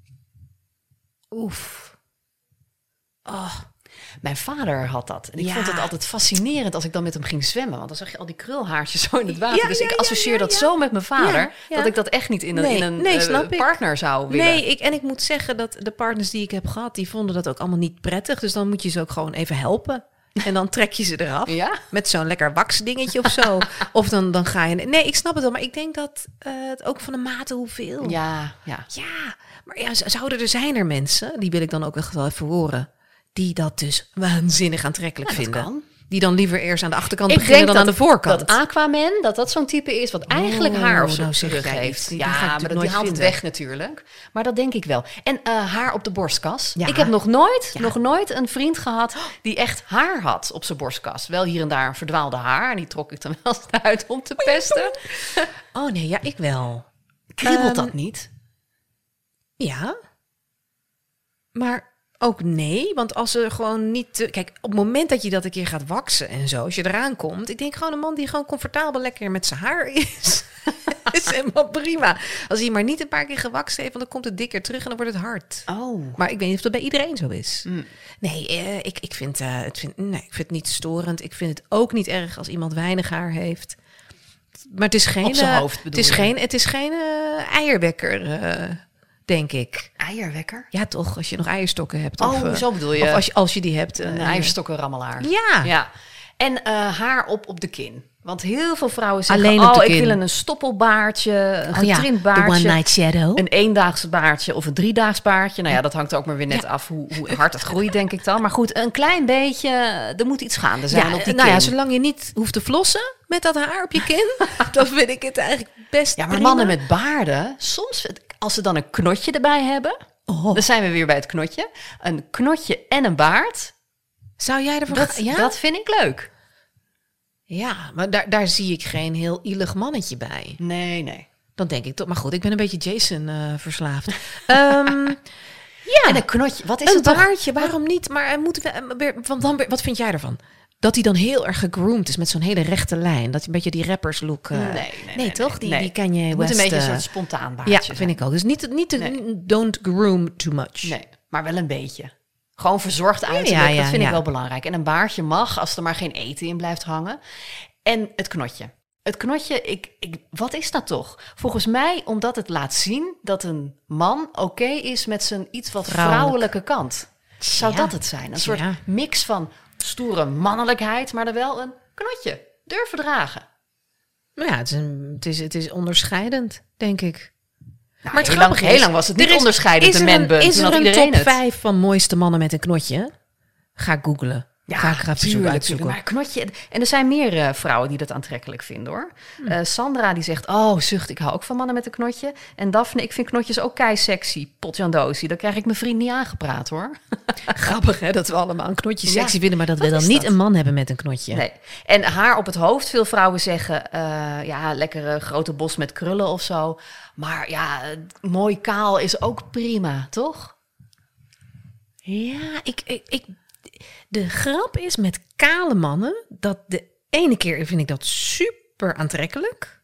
oef. Oh, Mijn vader had dat. En ik Ja. vond het altijd fascinerend als ik dan met hem ging zwemmen. Want dan zag je al die krulhaartjes zo in het water. Ja, dus ja, ik ja, associeer ja, dat ja. zo met mijn vader... Ja, ja. dat ik dat echt niet in een, Nee, in een nee, eh, snap ik. partner zou willen. nee, ik, en ik moet zeggen dat de partners die ik heb gehad, die vonden dat ook allemaal niet prettig. Dus dan moet je ze ook gewoon even helpen. En dan trek je ze eraf. Ja? Met zo'n lekker waxdingetje of zo. Of dan, dan ga je... Nee, ik snap het wel. Maar ik denk dat eh, het ook van de mate hoeveel. Ja, ja. Ja, maar ja, z- zouden er zijn er mensen, die wil ik dan ook echt wel even horen, die dat dus waanzinnig aantrekkelijk Ja, dat vinden. kan. Die dan liever eerst aan de achterkant Ik beginnen denk dan dat, aan de voorkant. dat Aquaman, dat dat zo'n type is wat eigenlijk Oh, haar op zijn nou zeg rug jij heeft. iets. Die Ja, ga ik maar natuurlijk dat, die nooit haalt het vinden. weg natuurlijk. Maar dat denk ik wel. En eh, haar op de borstkas. Ja. Ik heb nog nooit, Ja. nog nooit een vriend gehad die echt haar had op zijn borstkas. Wel hier en daar een verdwaalde haar. En die trok ik dan wel eens uit om te pesten. Oh nee, ja, ik wel. Kriebelt Ehm, dat niet? Ja. Maar ook nee, want als er gewoon niet... te- Kijk, op het moment dat je dat een keer gaat waksen en zo, als je eraan komt... Ik denk gewoon een man die gewoon comfortabel lekker met zijn haar is. is helemaal prima. Als hij maar niet een paar keer gewakst heeft, want dan komt het dikker terug en dan wordt het hard. Oh. Maar ik weet niet of dat bij iedereen zo is. Mm. Nee, eh, ik, ik, vind, eh, het vind, nee, ik vind het niet storend. Ik vind het ook niet erg als iemand weinig haar heeft. Maar het is geen... Op zijn eh, hoofd het bedoel is je? geen, het is geen eh, eierwekker, eh, denk ik. Eierwekker? Ja, toch, als je nog eierstokken hebt. Oh, of, eh, zo bedoel je. Of als je, als je die hebt. Een eh, eierstokkenrammelaar. Ja. Ja. En eh, haar op op de kin. Want heel veel vrouwen zeggen... Alleen op oh, de ik kin. wil een stoppelbaardje, een Oh ja, getrind de baardje... one night shadow. een eendaags baardje of een driedaags baardje. Nou ja, dat hangt ook maar weer net af hoe, hoe hard het groeit, denk ik dan. Maar goed, een klein beetje... Er moet iets gaande zijn Ja, op die nou ja, kin. zolang je niet hoeft te flossen met dat haar op je kin, dan vind ik het eigenlijk best Ja, maar prima. mannen met baarden... Soms, als ze dan een knotje erbij hebben... Oh, Dan zijn we weer bij het knotje. Een knotje en een baard. zou jij ervoor Dat, gaan? Ja? dat vind ik leuk. Ja, maar daar, daar zie ik geen heel ielig mannetje bij. Nee, nee. Dan denk ik toch, maar goed, ik ben een beetje Jason eh, verslaafd. Ehm, ja, En een knotje, wat is een het toch? baardje, waarom niet? Maar eh, moeten we, eh, weer- want dan, weer- wat vind jij ervan? Dat hij dan heel erg gegroomd is met zo'n hele rechte lijn. Dat je een beetje die rapperslook... eh, Nee, nee, nee, nee, toch? Die, nee. die ken je Het West... moet een beetje een eh, soort spontaan baardje ja, zijn. vind ik ook. Dus niet, niet te, Nee. don't groom too much. Nee, maar wel een beetje. Gewoon verzorgd uiterlijk, ja, ja, dat vind ja. ik wel belangrijk. En een baardje mag, als er maar geen eten in blijft hangen. En het knotje. Het knotje, ik, ik, wat is dat toch? Volgens mij omdat het laat zien dat een man oké is met zijn iets wat Vrouwelijk. vrouwelijke kant. Zou Ja. dat het zijn? Een soort Ja. mix van stoere mannelijkheid, maar dan wel een knotje. Durven dragen. Nou ja, het is, een, het, is, het is onderscheidend, denk ik. Nou, Maar het heel, lang, grappige heel is, lang was het er niet is- onderscheidend, is de er een- manbun. Is Toen er had een iedereen top het. vijf van mooiste mannen met een knotje? Ga ik googlen. Ja, ga ik ga even zoeken, tuurlijk, uitzoeken. tuurlijk. Maar knotje... En er zijn meer eh, vrouwen die dat aantrekkelijk vinden, hoor. Hm. Eh, Sandra, die zegt... Oh, zucht, ik hou ook van mannen met een knotje. En Daphne, ik vind knotjes ook kei sexy. Potjandosi, dan krijg ik mijn vriend niet aangepraat, hoor. Grappig hè, dat we allemaal een knotje Ja. sexy vinden, maar dat Wat we dan is niet dat? een man hebben met een knotje. Nee. En haar op het hoofd. Veel vrouwen zeggen... eh, ja, lekkere grote bos met krullen of zo. Maar ja, eh, mooi kaal is ook prima, toch? Ja, ik, ik, ik, de grap is met kale mannen, dat de ene keer vind ik dat super aantrekkelijk.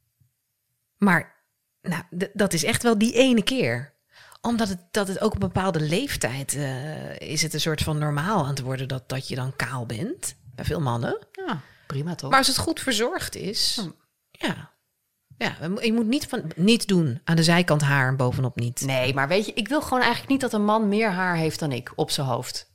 Maar nou, d- dat is echt wel die ene keer. Omdat het, dat het ook op een bepaalde leeftijd eh, is het een soort van normaal aan het worden dat, dat je dan kaal bent. Bij veel mannen. Ja, prima toch? Maar als het goed verzorgd is, Hm. ja. Ja, je moet niet, van, niet doen aan de zijkant haar en bovenop niet. Nee, maar weet je, ik wil gewoon eigenlijk niet dat een man meer haar heeft dan ik op zijn hoofd.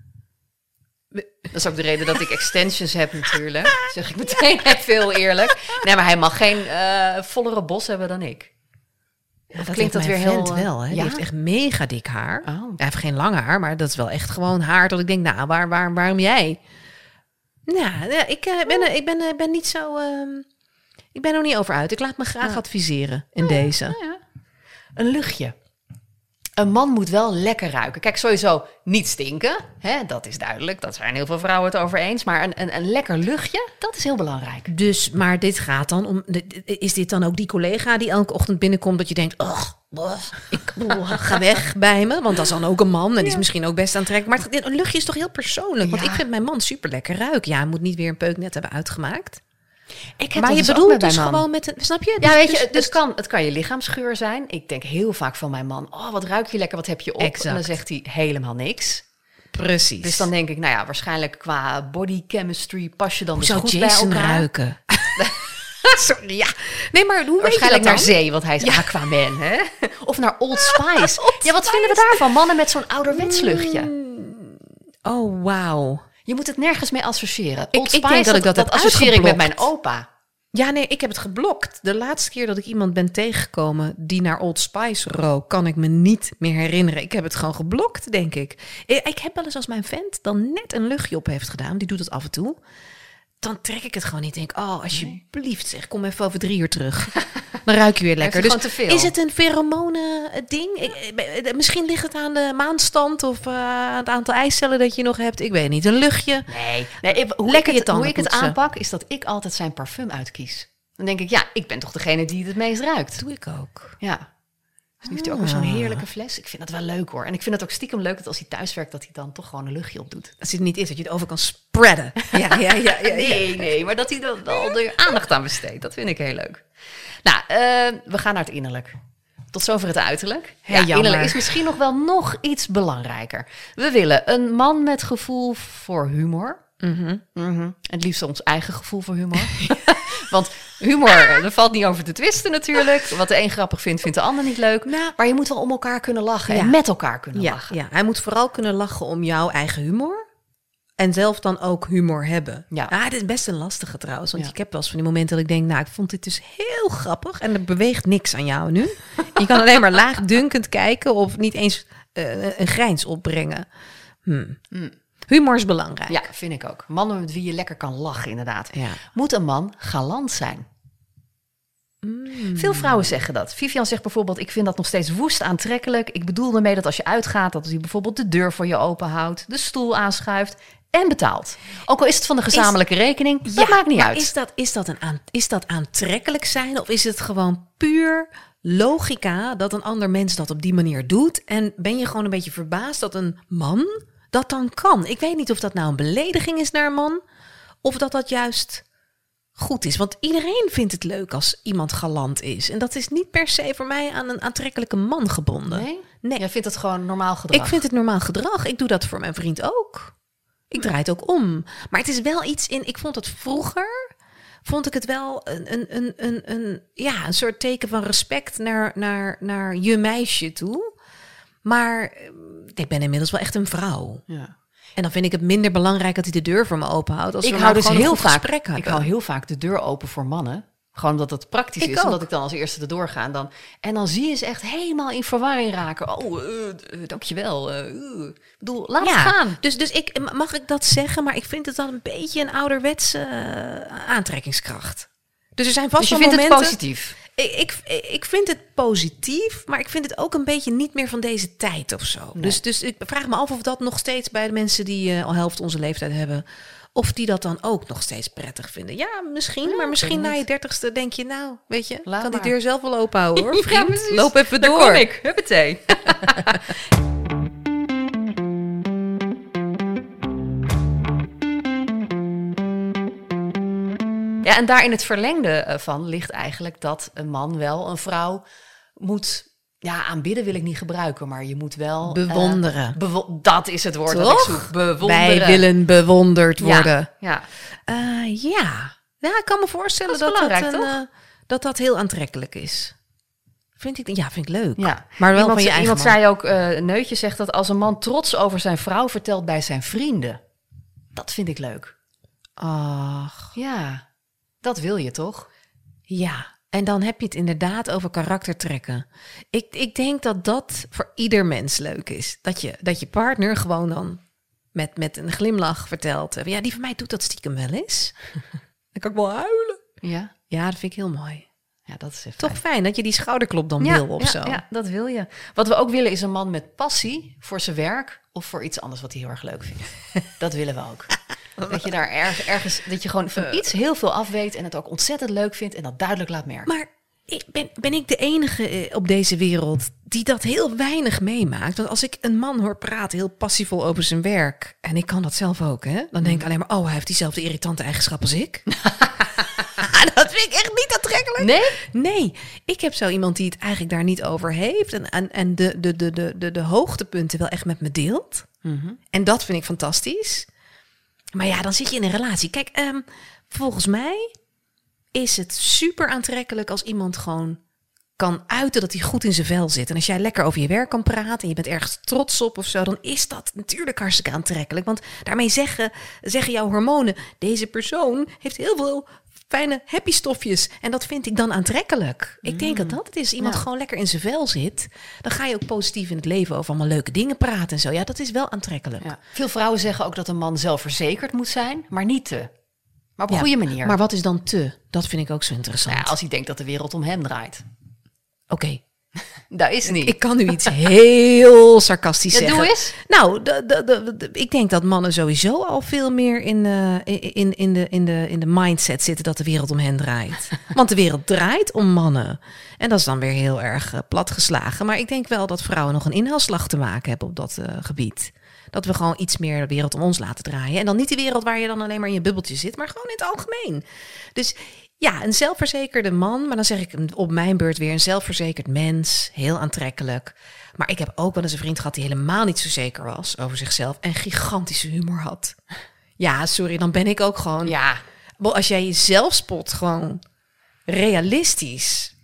Dat is ook de reden dat ik extensions heb natuurlijk. Dat zeg ik meteen even heel eerlijk. Nee, maar hij mag geen eh, vollere bos hebben dan ik. Ja, Of dat klinkt heeft dat mijn weer heel, vent eh, wel, hè? ja? Die heeft echt mega dik haar. Oh. Hij heeft geen lang haar, maar dat is wel echt gewoon haar dat ik denk, nou, waar, waar, waarom jij? Nou, ja, ik, eh, ben, eh, ik ben, eh, ben niet zo... ehm, Ik ben er niet over uit. Ik laat me graag Ja. adviseren in deze. Nou ja. Een luchtje. Een man moet wel lekker ruiken. Kijk, sowieso niet stinken. Hè? Dat is duidelijk. Dat zijn heel veel vrouwen het over eens. Maar een, een, een lekker luchtje, dat is heel belangrijk. Dus, maar dit gaat dan om... Is dit dan ook die collega die elke ochtend binnenkomt... dat je denkt, oh, oh, ik oh, ga weg bij me? Want dat is dan ook een man en die is misschien ook best aantrekkelijk. Maar het, een luchtje is toch heel persoonlijk? Want Ja. ik vind mijn man super lekker ruiken. Ja, hij moet niet weer een peuk net hebben uitgemaakt. Ik heb Maar dat je dus ook bedoelt met dus mijn man. gewoon met een... Snap je? Ja, Dus- weet je, dus- het dus- kan, het kan je lichaamsgeur zijn. Ik denk heel vaak van mijn man, oh, wat ruik je lekker, wat heb je op? Exact. En dan zegt hij helemaal niks. Precies. Dus dan denk ik, nou ja, waarschijnlijk qua body chemistry pas je dan Hoe dus zou goed Jason bij elkaar. ruiken? Sorry, ja. Nee, maar hoe weet je Waarschijnlijk dat naar dan? zee, want hij is Aquaman, hè? Of naar Old Spice. Ja, wat vinden we daarvan? Mannen met zo'n ouderwets luchtje. Oh, wauw. Je moet het nergens mee associëren. Ik- Old ik Spice, denk dat ik dat heb associeer ik met mijn uitgeblokt. opa. Ja, nee, ik heb het geblokt. De laatste keer dat ik iemand ben tegengekomen die naar Old Spice rook, kan ik me niet meer herinneren. Ik heb het gewoon geblokt, denk ik. Ik ik heb wel eens als mijn vent dan net een luchtje op heeft gedaan, die doet het af en toe. Dan trek ik het gewoon niet. Denk, oh, alsjeblieft zeg, kom even over drie uur terug. Dan ruik je weer lekker. Heeft Dus hij gewoon te veel? is het een pheromonen ding? Ik, eh, misschien ligt het aan de maanstand of uh, aan het aantal eicellen dat je nog hebt. Ik weet niet. Een luchtje. Nee, nee ik- hoe, Lekker ik je het, hoe tanden ik het poetsen. aanpak, is dat ik altijd zijn parfum uitkies. Dan denk ik, ja, ik ben toch degene die het meest ruikt. Doe ik ook. Ja. Dus nu heeft hij ook weer zo'n heerlijke fles. Ik vind dat wel leuk hoor. En ik vind het ook stiekem leuk dat als hij thuis werkt, dat hij dan toch gewoon een luchtje op doet. Als het niet is dat je het over kan spreaden. Ja, ja, ja. ja, ja. Nee, nee, maar dat hij er al er aandacht aan besteedt. Dat vind ik heel leuk. Nou, eh, we gaan naar het innerlijk. Tot zover het uiterlijk. Ja, Ja, jammer. innerlijk is misschien nog wel nog iets belangrijker. We willen een man met gevoel voor humor. Mhm. Mhm. Het liefst ons eigen gevoel voor humor. Want humor, er valt niet over te twisten natuurlijk. Wat de een grappig vindt, vindt de ander niet leuk. Nou, Maar je moet wel om elkaar kunnen lachen Ja. en met elkaar kunnen Ja, lachen. ja, hij moet vooral kunnen lachen om jouw eigen humor. En zelf dan ook humor hebben. Ja. Ah, dit is best een lastige trouwens. Want Ja. ik heb wel eens van die momenten dat ik denk... nou, ik vond dit dus heel grappig. En er beweegt niks aan jou nu. Je kan alleen maar laagdunkend kijken... of niet eens eh, een grijns opbrengen. Hmm. Hmm. Humor is belangrijk. Ja, vind ik ook. Mannen met wie je lekker kan lachen, inderdaad. Ja. Moet een man galant zijn? Mm. Veel vrouwen zeggen dat. Vivian zegt bijvoorbeeld, ik vind dat nog steeds woest aantrekkelijk. Ik bedoel ermee dat als je uitgaat, dat hij bijvoorbeeld de deur voor je open houdt, de stoel aanschuift en betaalt. Ook al is het van de gezamenlijke rekening, dat maakt niet maar uit. Is dat, is, dat een aan, is dat aantrekkelijk zijn? Of is het gewoon puur logica dat een ander mens dat op die manier doet? En ben je gewoon een beetje verbaasd dat een man dat dan kan? Ik weet niet of dat nou een belediging is naar een man... of dat dat juist goed is. Want iedereen vindt het leuk als iemand galant is. En dat is niet per se voor mij aan een aantrekkelijke man gebonden. Nee? Nee. Jij vindt het gewoon normaal gedrag? Ik vind het normaal gedrag. Ik doe dat voor mijn vriend ook. Ik draai het ook om. Maar het is wel iets in... Ik vond het vroeger... Vond ik het wel een, een, een, een, een, ja, een soort teken van respect naar, naar, naar je meisje toe. Maar eh, ik ben inmiddels wel echt een vrouw. Ja. En dan vind ik het minder belangrijk dat hij de deur voor me open houdt. Als Ik we hou nou dus gewoon een heel goed vaak, gesprek hebben. ik hou heel vaak de deur open voor mannen. Gewoon omdat het praktisch Ik is, ook. omdat ik dan als eerste erdoor ga. En dan, en dan zie je ze echt helemaal in verwarring raken. Oh, uh, uh, dankjewel. Uh, uh. Ik bedoel, laat het gaan. Dus, dus ik, mag ik dat zeggen? Maar ik vind het dan een beetje een ouderwetse uh, aantrekkingskracht. Dus er zijn vast Dus je wel vindt momenten... het positief? Ik, ik, ik vind het positief, maar ik vind het ook een beetje niet meer van deze tijd of zo. Nee. Dus, dus ik vraag me af of dat nog steeds bij de mensen die uh, al helft onze leeftijd hebben... of die dat dan ook nog steeds prettig vinden. Ja, misschien, Ja, maar misschien ik weet na je niet. dertigste denk je... nou, weet je, Laat kan die maar. deur zelf wel open houden hoor, Ja, vriend. precies. Loop even Daar door. kom ik. Huppatee. Ja, en daar in het verlengde van ligt eigenlijk dat een man wel een vrouw moet... Ja, aanbidden wil ik niet gebruiken, maar je moet wel... Bewonderen. Uh, bewo- dat is het woord dat Toch? ik zoek. Bewonderen. Wij willen bewonderd worden. Ja, ja. Uh, ja. ja, ik kan me voorstellen Dat is dat dat, belangrijk, een, toch? uh, dat dat heel aantrekkelijk is. Vind ik, ja, vind ik leuk. Ja. Maar wel iemand, van je eigen iemand man. zei ook, uh, Neutje zegt dat als een man trots over zijn vrouw vertelt bij zijn vrienden. Dat vind ik leuk. Ach, Ja, dat wil je toch? ja. En dan heb je het inderdaad over karaktertrekken. Ik, ik denk dat dat voor ieder mens leuk is. Dat je, dat je partner gewoon dan met, met een glimlach vertelt... ja, die van mij doet dat stiekem wel eens. Dan kan ik wel huilen. Ja. Ja, dat vind ik heel mooi. Ja, dat is fijn. Toch fijn dat je die schouderklop dan ja, wil of ja, zo. Ja, dat wil je. Wat we ook willen is een man met passie voor zijn werk of voor iets anders wat hij heel erg leuk vindt. Dat willen we ook. Dat je daar erg, ergens, dat je gewoon van iets heel veel af weet en het ook ontzettend leuk vindt en dat duidelijk laat merken. Maar ik ben, ben ik de enige eh, op deze wereld die dat heel weinig meemaakt? Want als ik een man hoor praten heel passievol over zijn werk, en ik kan dat zelf ook, hè, dan denk ik alleen maar, oh, hij heeft diezelfde irritante eigenschap als ik. Dat vind ik echt niet aantrekkelijk. Nee? Nee, ik heb zo iemand die het eigenlijk daar niet over heeft en, en, en de, de, de, de, de, de hoogtepunten wel echt met me deelt. Mm-hmm. En dat vind ik fantastisch. Maar ja, dan zit je in een relatie. Kijk, um, volgens mij is het super aantrekkelijk als iemand gewoon kan uiten dat hij goed in zijn vel zit. En als jij lekker over je werk kan praten en je bent ergens trots op of zo, dan is dat natuurlijk hartstikke aantrekkelijk. Want daarmee zeggen, zeggen jouw hormonen, deze persoon heeft heel veel fijne happy stofjes. En dat vind ik dan aantrekkelijk. Ik denk dat dat het is. Iemand Ja. gewoon lekker in zijn vel zit. Dan ga je ook positief in het leven over allemaal leuke dingen praten en zo. Ja, dat is wel aantrekkelijk. Ja. Veel vrouwen zeggen ook dat een man zelfverzekerd moet zijn, maar niet te. Maar op een Ja, goede manier. Maar wat is dan te? Dat vind ik ook zo interessant. Nou ja, als hij denkt dat de wereld om hem draait. Oké, Dat is niet. ik kan nu iets heel sarcastisch Ja, zeggen. doe eens. Nou, de, de, de, de- ik denk dat mannen sowieso al veel meer in, eh, in, in, de, in, de, in de mindset zitten dat de wereld om hen draait. Want de wereld draait om mannen. En dat is dan weer heel erg uh, platgeslagen. Maar ik denk wel dat vrouwen nog een inhaalslag te maken hebben op dat uh, gebied. Dat we gewoon iets meer de wereld om ons laten draaien. En dan niet die wereld waar je dan alleen maar in je bubbeltje zit, maar gewoon in het algemeen. Dus ja, een zelfverzekerde man, maar dan zeg ik op mijn beurt weer een zelfverzekerd mens. Heel aantrekkelijk. Maar ik heb ook wel eens een vriend gehad die helemaal niet zo zeker was over zichzelf en gigantische humor had. Ja, sorry, dan ben ik ook gewoon... Ja, Wel, als jij je zelfspot gewoon realistisch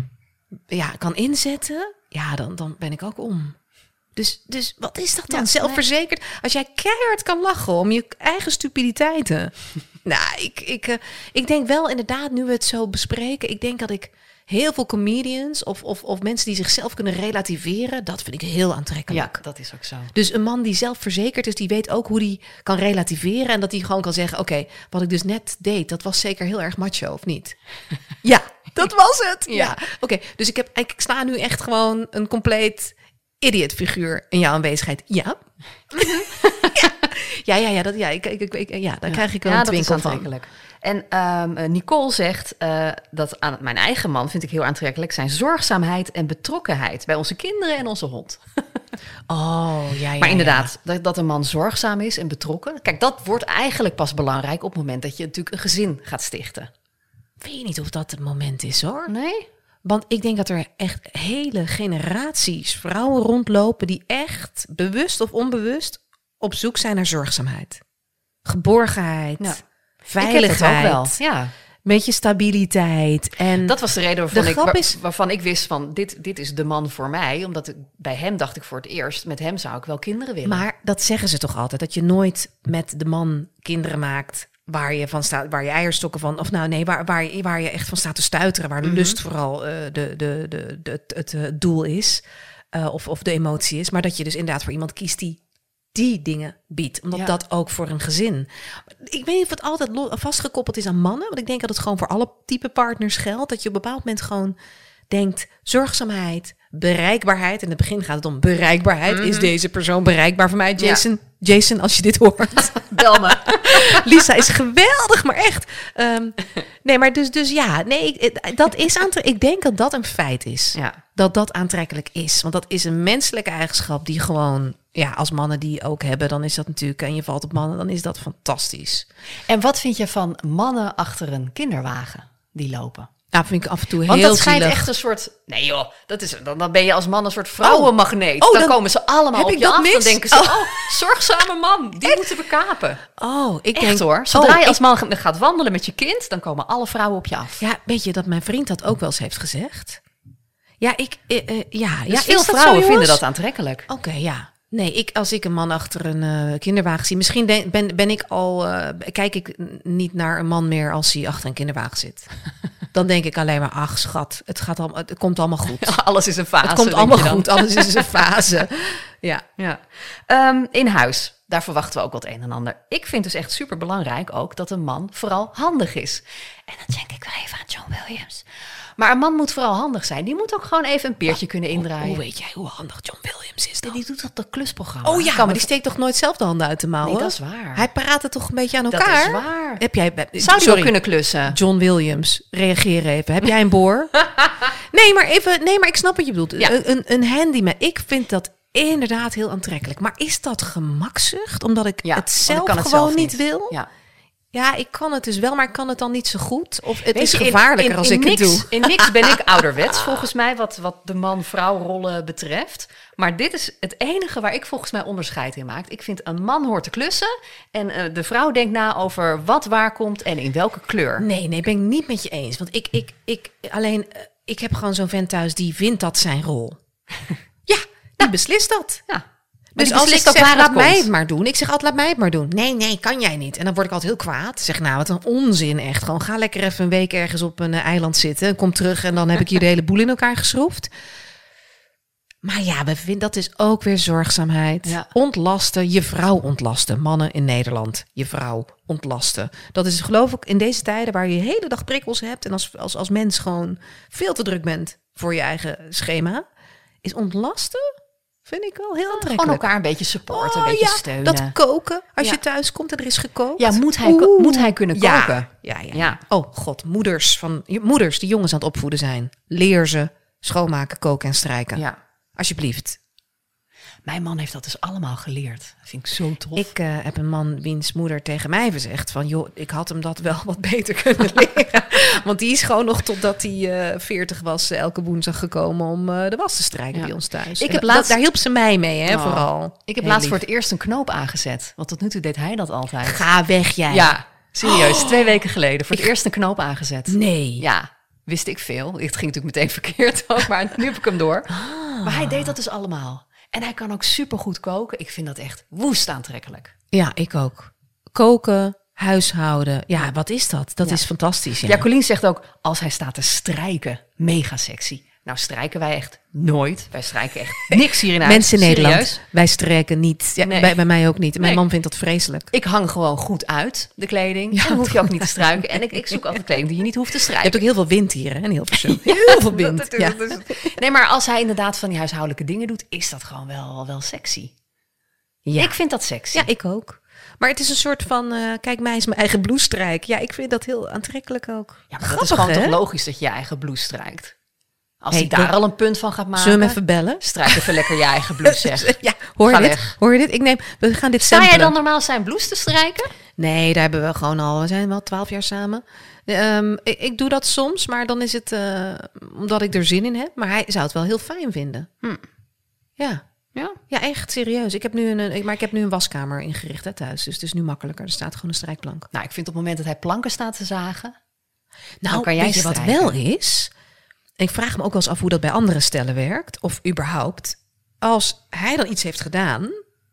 ja, kan inzetten, ja, dan, dan ben ik ook om. Dus, dus wat is dat dan? Ja, Zelfverzekerd? Als jij keihard kan lachen om je eigen stupiditeiten. Nou, ik, ik, uh, ik denk wel inderdaad, nu we het zo bespreken, ik denk dat ik heel veel comedians of, of, of mensen die zichzelf kunnen relativeren, dat vind ik heel aantrekkelijk. ja, dat is ook zo. Dus een man die zelfverzekerd is, die weet ook hoe die kan relativeren. En dat hij gewoon kan zeggen, oké, okay, wat ik dus net deed, dat was zeker heel erg macho, of niet? Ja, dat was het. Ja, ja. Oké, okay, dus ik, heb, ik sta nu echt gewoon een compleet idiot figuur in jouw aanwezigheid. Ja. ja, ja, ja, dat, ja, ik, ik, ik, ja daar ja. krijg ik wel ja, een twinkel dat is van. En um, Nicole zegt uh, dat aan mijn eigen man vind ik heel aantrekkelijk zijn zorgzaamheid en betrokkenheid bij onze kinderen en onze hond. Oh, ja, ja. Maar inderdaad, ja. dat, dat een man zorgzaam is en betrokken. Kijk, dat wordt eigenlijk pas belangrijk op het moment dat je natuurlijk een gezin gaat stichten. Weet je niet of dat het moment is, hoor? Nee? Want ik denk dat er echt hele generaties vrouwen rondlopen die echt bewust of onbewust op zoek zijn naar zorgzaamheid. Geborgenheid, ja. veiligheid, ik heb het ook wel. Ja. beetje stabiliteit. En dat was de reden waarvan, de ik, waar, is, waarvan ik wist van dit, dit is de man voor mij. Omdat ik, bij hem dacht ik voor het eerst, met hem zou ik wel kinderen willen. Maar dat zeggen ze toch altijd, dat je nooit met de man kinderen maakt waar je van staat, waar je eierstokken van, of nou nee, waar, waar, je, waar je echt van staat te stuiteren, waar de mm-hmm. lust vooral uh, de, de, de, de, het, het, het doel is, uh, of, of de emotie is, maar dat je dus inderdaad voor iemand kiest die die dingen biedt, omdat ja. dat ook voor een gezin. Ik weet niet of het altijd lo- vastgekoppeld is aan mannen, want ik denk dat het gewoon voor alle type partners geldt, dat je op een bepaald moment gewoon denkt, zorgzaamheid, bereikbaarheid. In het begin gaat het om bereikbaarheid. Mm-hmm. Is deze persoon bereikbaar voor mij? Jason, ja. Jason, als je dit hoort. Bel me. Lisa is geweldig, maar echt. Um, nee, maar dus, dus ja, nee, ik, dat is aantre- ik denk dat dat een feit is. Ja. Dat dat aantrekkelijk is. Want dat is een menselijke eigenschap die gewoon, ja, als mannen die ook hebben, dan is dat natuurlijk, en je valt op mannen, dan is dat fantastisch. En wat vind je van mannen achter een kinderwagen die lopen? Ja, vind ik af en toe heel Want dat schijnt zielig. echt een soort... Nee joh, dat is, dan, dan ben je als man een soort vrouwenmagneet. Oh, oh, dan, dan komen ze allemaal op je af. Mis? Dan denken ze, oh, oh zorgzame man, die echt? moeten we kapen. Oh, ik echt denk, hoor. Zodra oh, je als ik, man gaat wandelen met je kind, dan komen alle vrouwen op je af. Ja, weet je dat mijn vriend dat ook wel eens heeft gezegd? Ja, ik... Uh, uh, ja, dus ja, veel is dat vrouwen zo, vinden dat aantrekkelijk. Oké, okay, ja. Nee, ik, als ik een man achter een uh, kinderwagen zie... Misschien denk, ben, ben ik al... Uh, kijk ik niet naar een man meer als hij achter een kinderwagen zit. dan denk ik alleen maar, ach schat, het, gaat allemaal, het komt allemaal goed. Alles is een fase. Het komt denk allemaal je dan. goed, alles is een fase. Ja. Ja. Um, in huis, daar verwachten we ook wat een en ander. Ik vind dus echt super belangrijk ook dat een man vooral handig is. En dan denk ik wel even aan John Williams. Maar een man moet vooral handig zijn. Die moet ook gewoon even een peertje kunnen indraaien. Hoe weet jij hoe handig John Williams is dan? Die doet dat klusprogramma. Oh ja, Kan maar me- die steekt toch nooit zelf de handen uit de mouwen? Nee, dat is waar. Hij praat het toch een beetje aan Dat elkaar? is waar. Heb jij... Zou die Sorry, ook kunnen klussen? John Williams, reageer even. Heb jij een boor? nee, maar even, nee, maar ik snap wat je bedoelt. Ja. Een, een, een handyman. Ik vind dat inderdaad heel aantrekkelijk. Maar is dat gemakzucht? Omdat ik Ja, het want ik zelf kan het gewoon zelf niet niet. wil? Ja. Ja, ik kan het dus wel, maar ik kan het dan niet zo goed. Of het Weet is je, in- gevaarlijker in- als in ik niks, het doe. In niks ben ik ouderwets volgens mij, wat, wat de man-vrouw rollen betreft. Maar dit is het enige waar ik volgens mij onderscheid in maak. Ik vind een man hoort te klussen en uh, de vrouw denkt na over wat waar komt en in welke kleur. Nee, nee, ben ik niet met je eens. Want ik, ik, ik, alleen, eh, ik heb gewoon zo'n vent thuis die vindt dat zijn rol. ja, die beslist dat. Ja. Dus die als ik beslist ook zeg, waar laat het mij komt. het maar doen. Ik zeg altijd, laat mij het maar doen. Nee, nee, kan jij niet. En dan word ik altijd heel kwaad. Zeg, nou, wat een onzin echt. Gewoon ga lekker even een week ergens op een uh, eiland zitten. Kom terug en dan heb ik hier de hele boel in elkaar geschroefd. Maar ja, we vinden dat is ook weer zorgzaamheid. Ja. Ontlasten, je vrouw ontlasten. Mannen in Nederland, je vrouw ontlasten. Dat is geloof ik in deze tijden waar je de hele dag prikkels hebt... en als, als, als mens gewoon veel te druk bent voor je eigen schema... is ontlasten, vind ik wel heel aantrekkelijk. Gewoon elkaar een beetje supporten, Oh, een beetje ja, steunen. dat koken, als Ja. je thuis komt en er is gekookt. Ja, moet hij, ko- Oeh. moet hij kunnen Ja. koken? Ja, ja. Ja. Oh god, moeders, van, je- moeders die jongens aan het opvoeden zijn. Leer ze schoonmaken, koken en strijken. Ja. Alsjeblieft. Mijn man heeft dat dus allemaal geleerd. Dat vind ik zo tof. Ik uh, heb een man wiens moeder tegen mij gezegd van... joh, ik had hem dat wel wat beter kunnen leren. Want die is gewoon nog totdat hij uh, veertig was... Uh, elke woensdag gekomen om uh, de was te strijken Ja. bij ons thuis. Ik En heb dat- laatst- daar hielp ze mij mee, hè, Oh. vooral. Ik heb Heel laatst voor lief. het eerst een knoop aangezet. Want tot nu toe deed hij dat altijd. Ga weg, jij. Ja, serieus. Twee weken geleden. Voor het eerst een knoop aangezet. Nee. Ja, wist ik veel. Het ging natuurlijk meteen verkeerd ook, maar nu heb ik hem door. Maar hij deed dat dus allemaal. En hij kan ook supergoed koken. Ik vind dat echt woest aantrekkelijk. Ja, ik ook. Koken, huishouden. Ja, wat is dat? Dat Ja. is fantastisch. Ja. Ja, Colleen zegt ook, als hij staat te strijken, mega sexy. Nou, strijken wij echt nooit. Wij strijken echt niks hier in huis. Mensen in Serieus. Nederland, wij strijken niet. Ja, Nee. bij, bij mij ook niet. Mijn Nee. man vindt dat vreselijk. Ik hang gewoon goed uit, de kleding. Ja, en dan hoef je ook niet te struiken. En ik, ik zoek altijd kleding die je niet hoeft te Je strijken. hebt ook heel veel wind hier, hè? In Hilversum. Heel veel wind. Dat- dat- Ja. dat is- Nee, maar als hij inderdaad van die huishoudelijke dingen doet, is dat gewoon wel, wel sexy. Ja. Ik vind dat sexy. Ja, ik ook. Maar het is een soort van, uh, kijk, mij is mijn eigen bloestrijk. Ja, ik vind dat heel aantrekkelijk ook. Ja, maar dat Grappig, is gewoon hè? toch logisch dat je je eigen blouse strijkt. Als Hey, hij daar dat- al een punt van gaat maken. Zullen we hem even bellen? Strijk even lekker je eigen blouse, zeg. Ja, hoor je Ga dit? weg. Hoor je dit? Ik neem, we gaan dit Sta samplen. jij dan normaal zijn blouse te strijken? Nee, daar hebben we gewoon al, we zijn wel twaalf jaar samen. Um, ik, ik doe dat soms, maar dan is het uh, omdat ik er zin in heb. Maar hij zou het wel heel fijn vinden. Hm. Ja. Ja. Ja, echt serieus. Ik heb nu een, een, maar ik heb nu een waskamer ingericht hè, thuis. Dus het is nu makkelijker. Er staat gewoon een strijkplank. Nou, ik vind op het moment dat hij planken staat te zagen... Nou, kan jij weet je wat strijken. wel is? Ik vraag me ook wel eens af hoe dat bij andere stellen werkt. Of überhaupt. Als hij dan iets heeft gedaan,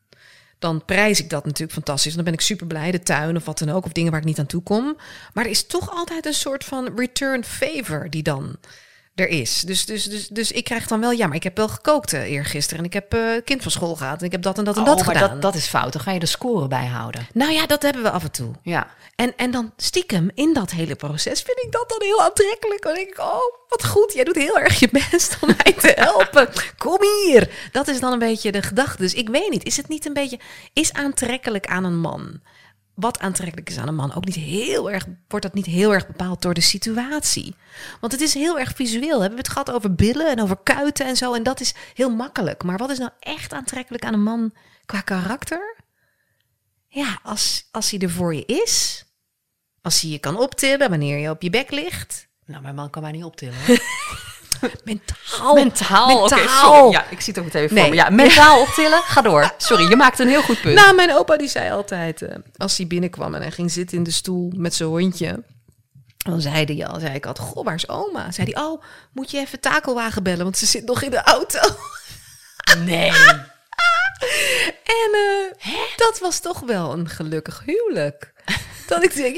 dan prijs ik dat natuurlijk fantastisch. Dan ben ik super blij. De tuin of wat dan ook. Of dingen waar ik niet aan toe kom. Maar er is toch altijd een soort van return favor die dan er is. Dus, dus, dus, dus ik krijg dan wel, ja, maar ik heb wel gekookt uh, eergisteren. En ik heb uh, kind van school gehad. En ik heb dat en dat en Oh, dat maar gedaan. dat, dat is fout. Dan ga je de score bijhouden. Nou ja, dat hebben we af en toe. Ja. En, en dan stiekem in dat hele proces vind ik dat dan heel aantrekkelijk. Dan denk ik, oh, wat goed. Jij doet heel erg je best om mij te helpen. Kom hier. Dat is dan een beetje de gedachte. Dus ik weet niet, is het niet een beetje... Is aantrekkelijk aan een man... Wat aantrekkelijk is aan een man, ook niet heel erg, wordt dat niet heel erg bepaald door de situatie. Want het is heel erg visueel. We hebben het gehad over billen en over kuiten en zo. En dat is heel makkelijk. Maar wat is nou echt aantrekkelijk aan een man qua karakter? Ja, als, als hij er voor je is. Als hij je kan optillen wanneer je op je bek ligt. Nou, mijn man kan mij niet optillen. Hoor. Mentaal. Mentaal. Oké, Mentaal. sorry. Ja, ik zie het ook meteen voor Nee. me. Ja, mentaal optillen. Ga door. Sorry, je maakt een heel goed punt. Nou, mijn opa die zei altijd, uh, als hij binnenkwam en hij ging zitten in de stoel met zijn hondje. Dan zei hij al, zei ik altijd, goh, waar is oma? Zei hij, oh, moet je even takelwagen bellen, want ze zit nog in de auto. Nee. En uh, dat was toch wel een gelukkig huwelijk. Dat ik denk, ja,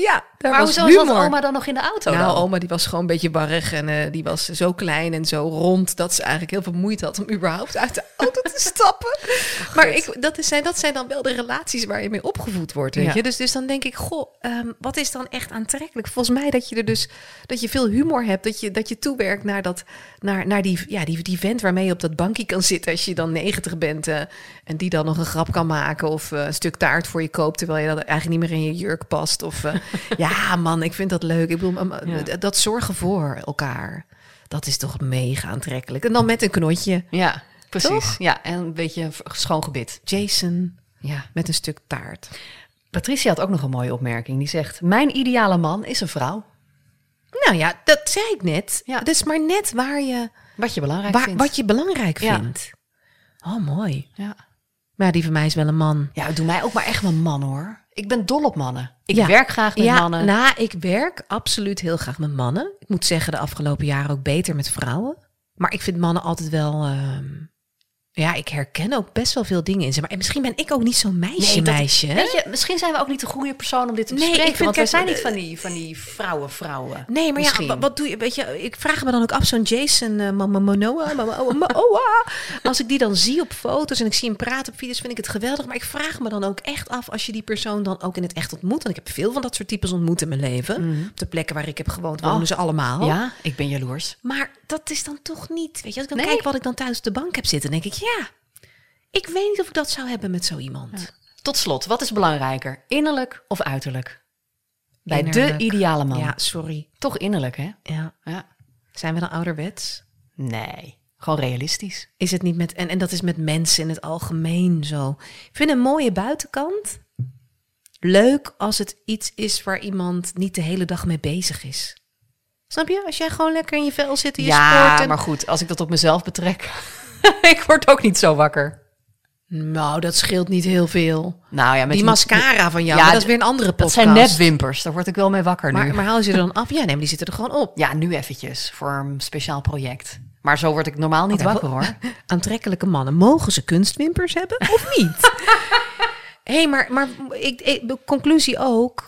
Daar Maar was hoezo humor. zat oma dan nog in de auto Nou, dan? oma die was gewoon een beetje warrig en uh, die was zo klein en zo rond dat ze eigenlijk heel veel moeite had om überhaupt uit de auto te stappen. Oh, maar ik, dat, is, dat zijn dan wel de relaties waar je mee opgevoed wordt, weet Ja. je. Dus, dus dan denk ik, goh, um, wat is dan echt aantrekkelijk? Volgens mij dat je er dus dat je veel humor hebt, dat je dat je toewerkt naar dat naar, naar die ja die die vent waarmee je op dat bankje kan zitten als je dan negentig bent uh, en die dan nog een grap kan maken of uh, een stuk taart voor je koopt terwijl je dat eigenlijk niet meer in je jurk past of uh, ja man, ik vind dat leuk. Ik bedoel, um, Ja. dat zorgen voor elkaar, dat is toch mega aantrekkelijk. En dan met een knotje. Ja, precies. Toch? Ja, en een beetje schoon gebit. Jason Ja. met een stuk taart. Patricia had ook nog een mooie opmerking. Die zegt, mijn ideale man is een vrouw. Nou ja, dat zei ik net. Ja. Dat is maar net waar je, Wat je belangrijk waar, vindt. wat je belangrijk Ja. vindt. Oh, mooi. Ja. Maar die van mij is wel een man. ja, doe mij ook maar echt mijn man hoor. Ik ben dol op mannen. Ik Ja. werk graag met ja, mannen. nou, ik werk absoluut heel graag met mannen. Ik moet zeggen, de afgelopen jaren ook beter met vrouwen. Maar ik vind mannen altijd wel... ehm, ja, ik herken ook best wel veel dingen in ze. Maar misschien ben ik ook niet zo'n meisje, Nee, dat- meisje. hè? Weet je, misschien zijn we ook niet de goede persoon om dit te Nee, ik bespreken. vind- want wij kijk, zijn niet eh, van die, van die vrouwen, vrouwen. Nee, maar Misschien. ja, wat, wat doe je? Weet je, ik vraag me dan ook af, zo'n Jason uh, Momoa, Momoa, als ik die dan zie op foto's en ik zie hem praten op video's, vind ik het geweldig. Maar ik vraag me dan ook echt af, als je die persoon dan ook in het echt ontmoet. Want ik heb veel van dat soort types ontmoet in mijn leven. Mhm. Op de plekken waar ik heb gewoond, wonen Oh. ze allemaal. Ja, ik ben jaloers. Maar dat is dan toch niet, weet je, als ik dan Nee. kijk wat ik dan thuis op de bank heb zitten, denk ik, ja, ik weet niet of ik dat zou hebben met zo iemand. Tot slot, wat is belangrijker? Innerlijk of uiterlijk? Bij Innerlijk. de ideale man. Ja, sorry. Toch innerlijk, hè? Ja. Ja. Zijn we dan ouderwets? Nee, gewoon realistisch. Is het niet met, en, en dat is met mensen in het algemeen zo. Ik vind een mooie buitenkant leuk als het iets is waar iemand niet de hele dag mee bezig is. Snap je? Als jij gewoon lekker in je vel zit en je Ja, sport. En... maar goed, als ik dat op mezelf betrek... ik word ook niet zo wakker. Nou, dat scheelt niet heel veel. Nou ja, met Die mascara van jou, Ja, maar dat is weer een andere Dat podcast. zijn nepwimpers, daar word ik wel mee wakker nu. Maar, maar haal je ze er dan af? Ja, nee, maar die zitten er gewoon op. Ja, nu eventjes, voor een speciaal project. Maar zo word ik normaal niet Oké, wakker, hoor. Aantrekkelijke mannen, mogen ze kunstwimpers hebben of niet? Hé, hey, maar, maar ik, ik, de conclusie ook.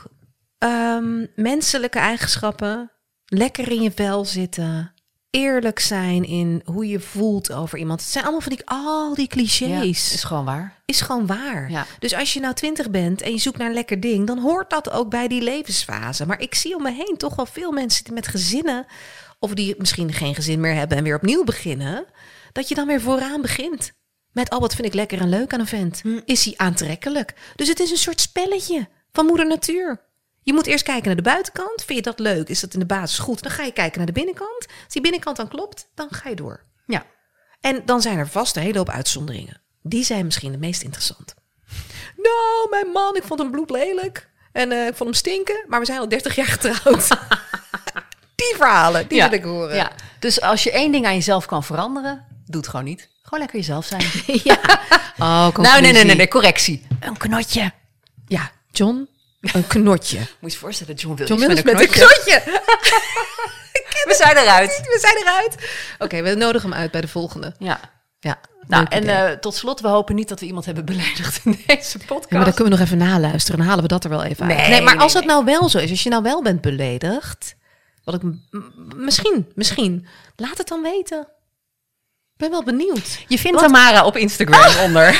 Um, menselijke eigenschappen, lekker in je vel zitten, eerlijk zijn in hoe je voelt over iemand. Het zijn allemaal van die, al die clichés. Ja, is gewoon waar. Is gewoon waar. Ja. Dus als je nou twintig bent en je zoekt naar een lekker ding, dan hoort dat ook bij die levensfase. Maar ik zie om me heen toch wel veel mensen die met gezinnen, of die misschien geen gezin meer hebben en weer opnieuw beginnen, dat je dan weer vooraan begint. Met, oh, wat vind ik lekker en leuk aan een vent. Hm. Is hij aantrekkelijk? Dus het is een soort spelletje van moeder natuur. Je moet eerst kijken naar de buitenkant. Vind je dat leuk? Is dat in de basis goed? Dan ga je kijken naar de binnenkant. Als die binnenkant dan klopt, dan ga je door. Ja. En dan zijn er vast een hele hoop uitzonderingen. Die zijn misschien het meest interessant. Nou, mijn man, ik vond hem bloedlelijk. En uh, ik vond hem stinken. Maar we zijn al dertig jaar getrouwd. Die verhalen, die ja. wil ik horen. Ja. Dus als je één ding aan jezelf kan veranderen, doe het gewoon niet. Gewoon lekker jezelf zijn. Ja. Oh, nou, conclusie. nee, nee, nee, nee, correctie. Een knotje. Ja, John, een knotje. Moet je je voorstellen, John Williams, John Williams met een met een knotje. knotje. We zijn eruit. We zijn eruit. Oké, okay, we nodigen hem uit bij de volgende. Ja. Ja. Nou, en uh, tot slot, we hopen niet dat we iemand hebben beledigd in deze podcast. Ja, maar dan kunnen we nog even naluisteren. Dan halen we dat er wel even nee, uit. Nee, maar nee, als nee. het nou wel zo is, als je nou wel bent beledigd, wat ik m- misschien, misschien, laat het dan weten. Ik ben wel benieuwd. Je vindt Wat? Tamara op Instagram onder.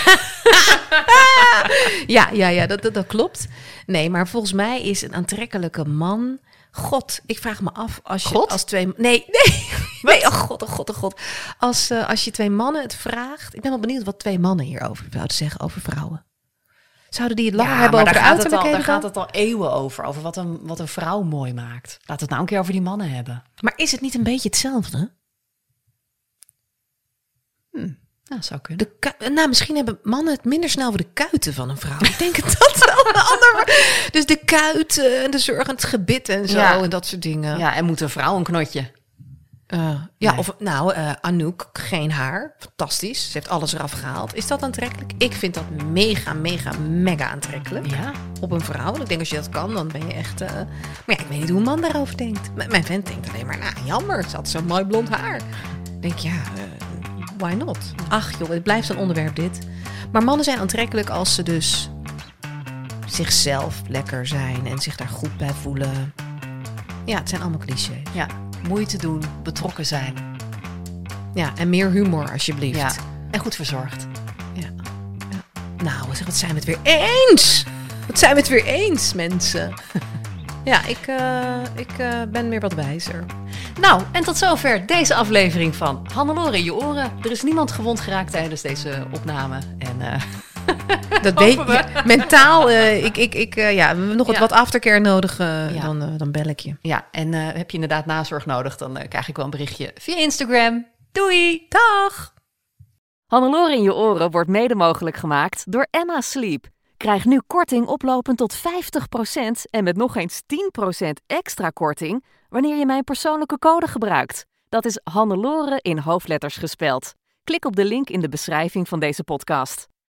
Ja, ja, ja, dat, dat, dat klopt. Nee, maar volgens mij is een aantrekkelijke man. God, ik vraag me af als je God? als twee. Nee, nee, nee. Oh god, oh god, oh god. Als, uh, als je twee mannen het vraagt. Ik ben wel benieuwd wat twee mannen hierover zouden zeggen over vrouwen. Zouden die het langer Ja, hebben maar over daar de gaat, het al, daar uiterlijkheden gaat het al eeuwen over. Over wat een, wat een vrouw mooi maakt. Laten we het nou een keer over die mannen hebben. Maar is het niet een beetje hetzelfde? Nou, zou kunnen. De ku- nou, misschien hebben mannen het minder snel voor de kuiten van een vrouw. Ik denk dat dat wel een ander. Dus de kuiten en de zorg aan het gebit en zo Ja. en dat soort dingen. Ja, en moet een vrouw een knotje? Uh, ja, Nee. of nou, uh, Anouk, geen haar. Fantastisch. Ze heeft alles eraf gehaald. Is dat aantrekkelijk? Ik vind dat mega, mega, mega aantrekkelijk. Ja. Op een vrouw. Ik denk als je dat kan, dan ben je echt... Uh... Maar ja, ik weet niet hoe een man daarover denkt. M- mijn vent denkt alleen maar, nou, jammer. Ze had zo'n mooi blond haar. Ik denk, ja, uh, why not? Ach joh, het blijft een onderwerp dit. Maar mannen zijn aantrekkelijk als ze dus zichzelf lekker zijn en zich daar goed bij voelen. Ja, het zijn allemaal clichés. Ja, moeite doen, betrokken zijn. Ja, en meer humor alsjeblieft. Ja, en goed verzorgd. Ja. Ja. Nou, zeg, wat zijn we het weer eens? Wat zijn we het weer eens, mensen? Ja, ik, uh, ik uh, ben weer wat wijzer. Nou, en tot zover deze aflevering van Hannelore in je oren. Er is niemand gewond geraakt tijdens deze opname. En uh, dat weet je. Mentaal, uh, ik, ik, ik, uh, ja, we hebben nog wat, ja. wat aftercare nodig, uh, ja. dan, uh, dan bel ik je. Ja, en uh, heb je inderdaad nazorg nodig, dan uh, krijg ik wel een berichtje via Instagram. Doei! Dag! Hannelore in je oren wordt mede mogelijk gemaakt door Emma Sleep. Krijg nu korting oplopend tot vijftig procent en met nog eens tien procent extra korting wanneer je mijn persoonlijke code gebruikt. Dat is Hannelore in hoofdletters gespeld. Klik op de link in de beschrijving van deze podcast.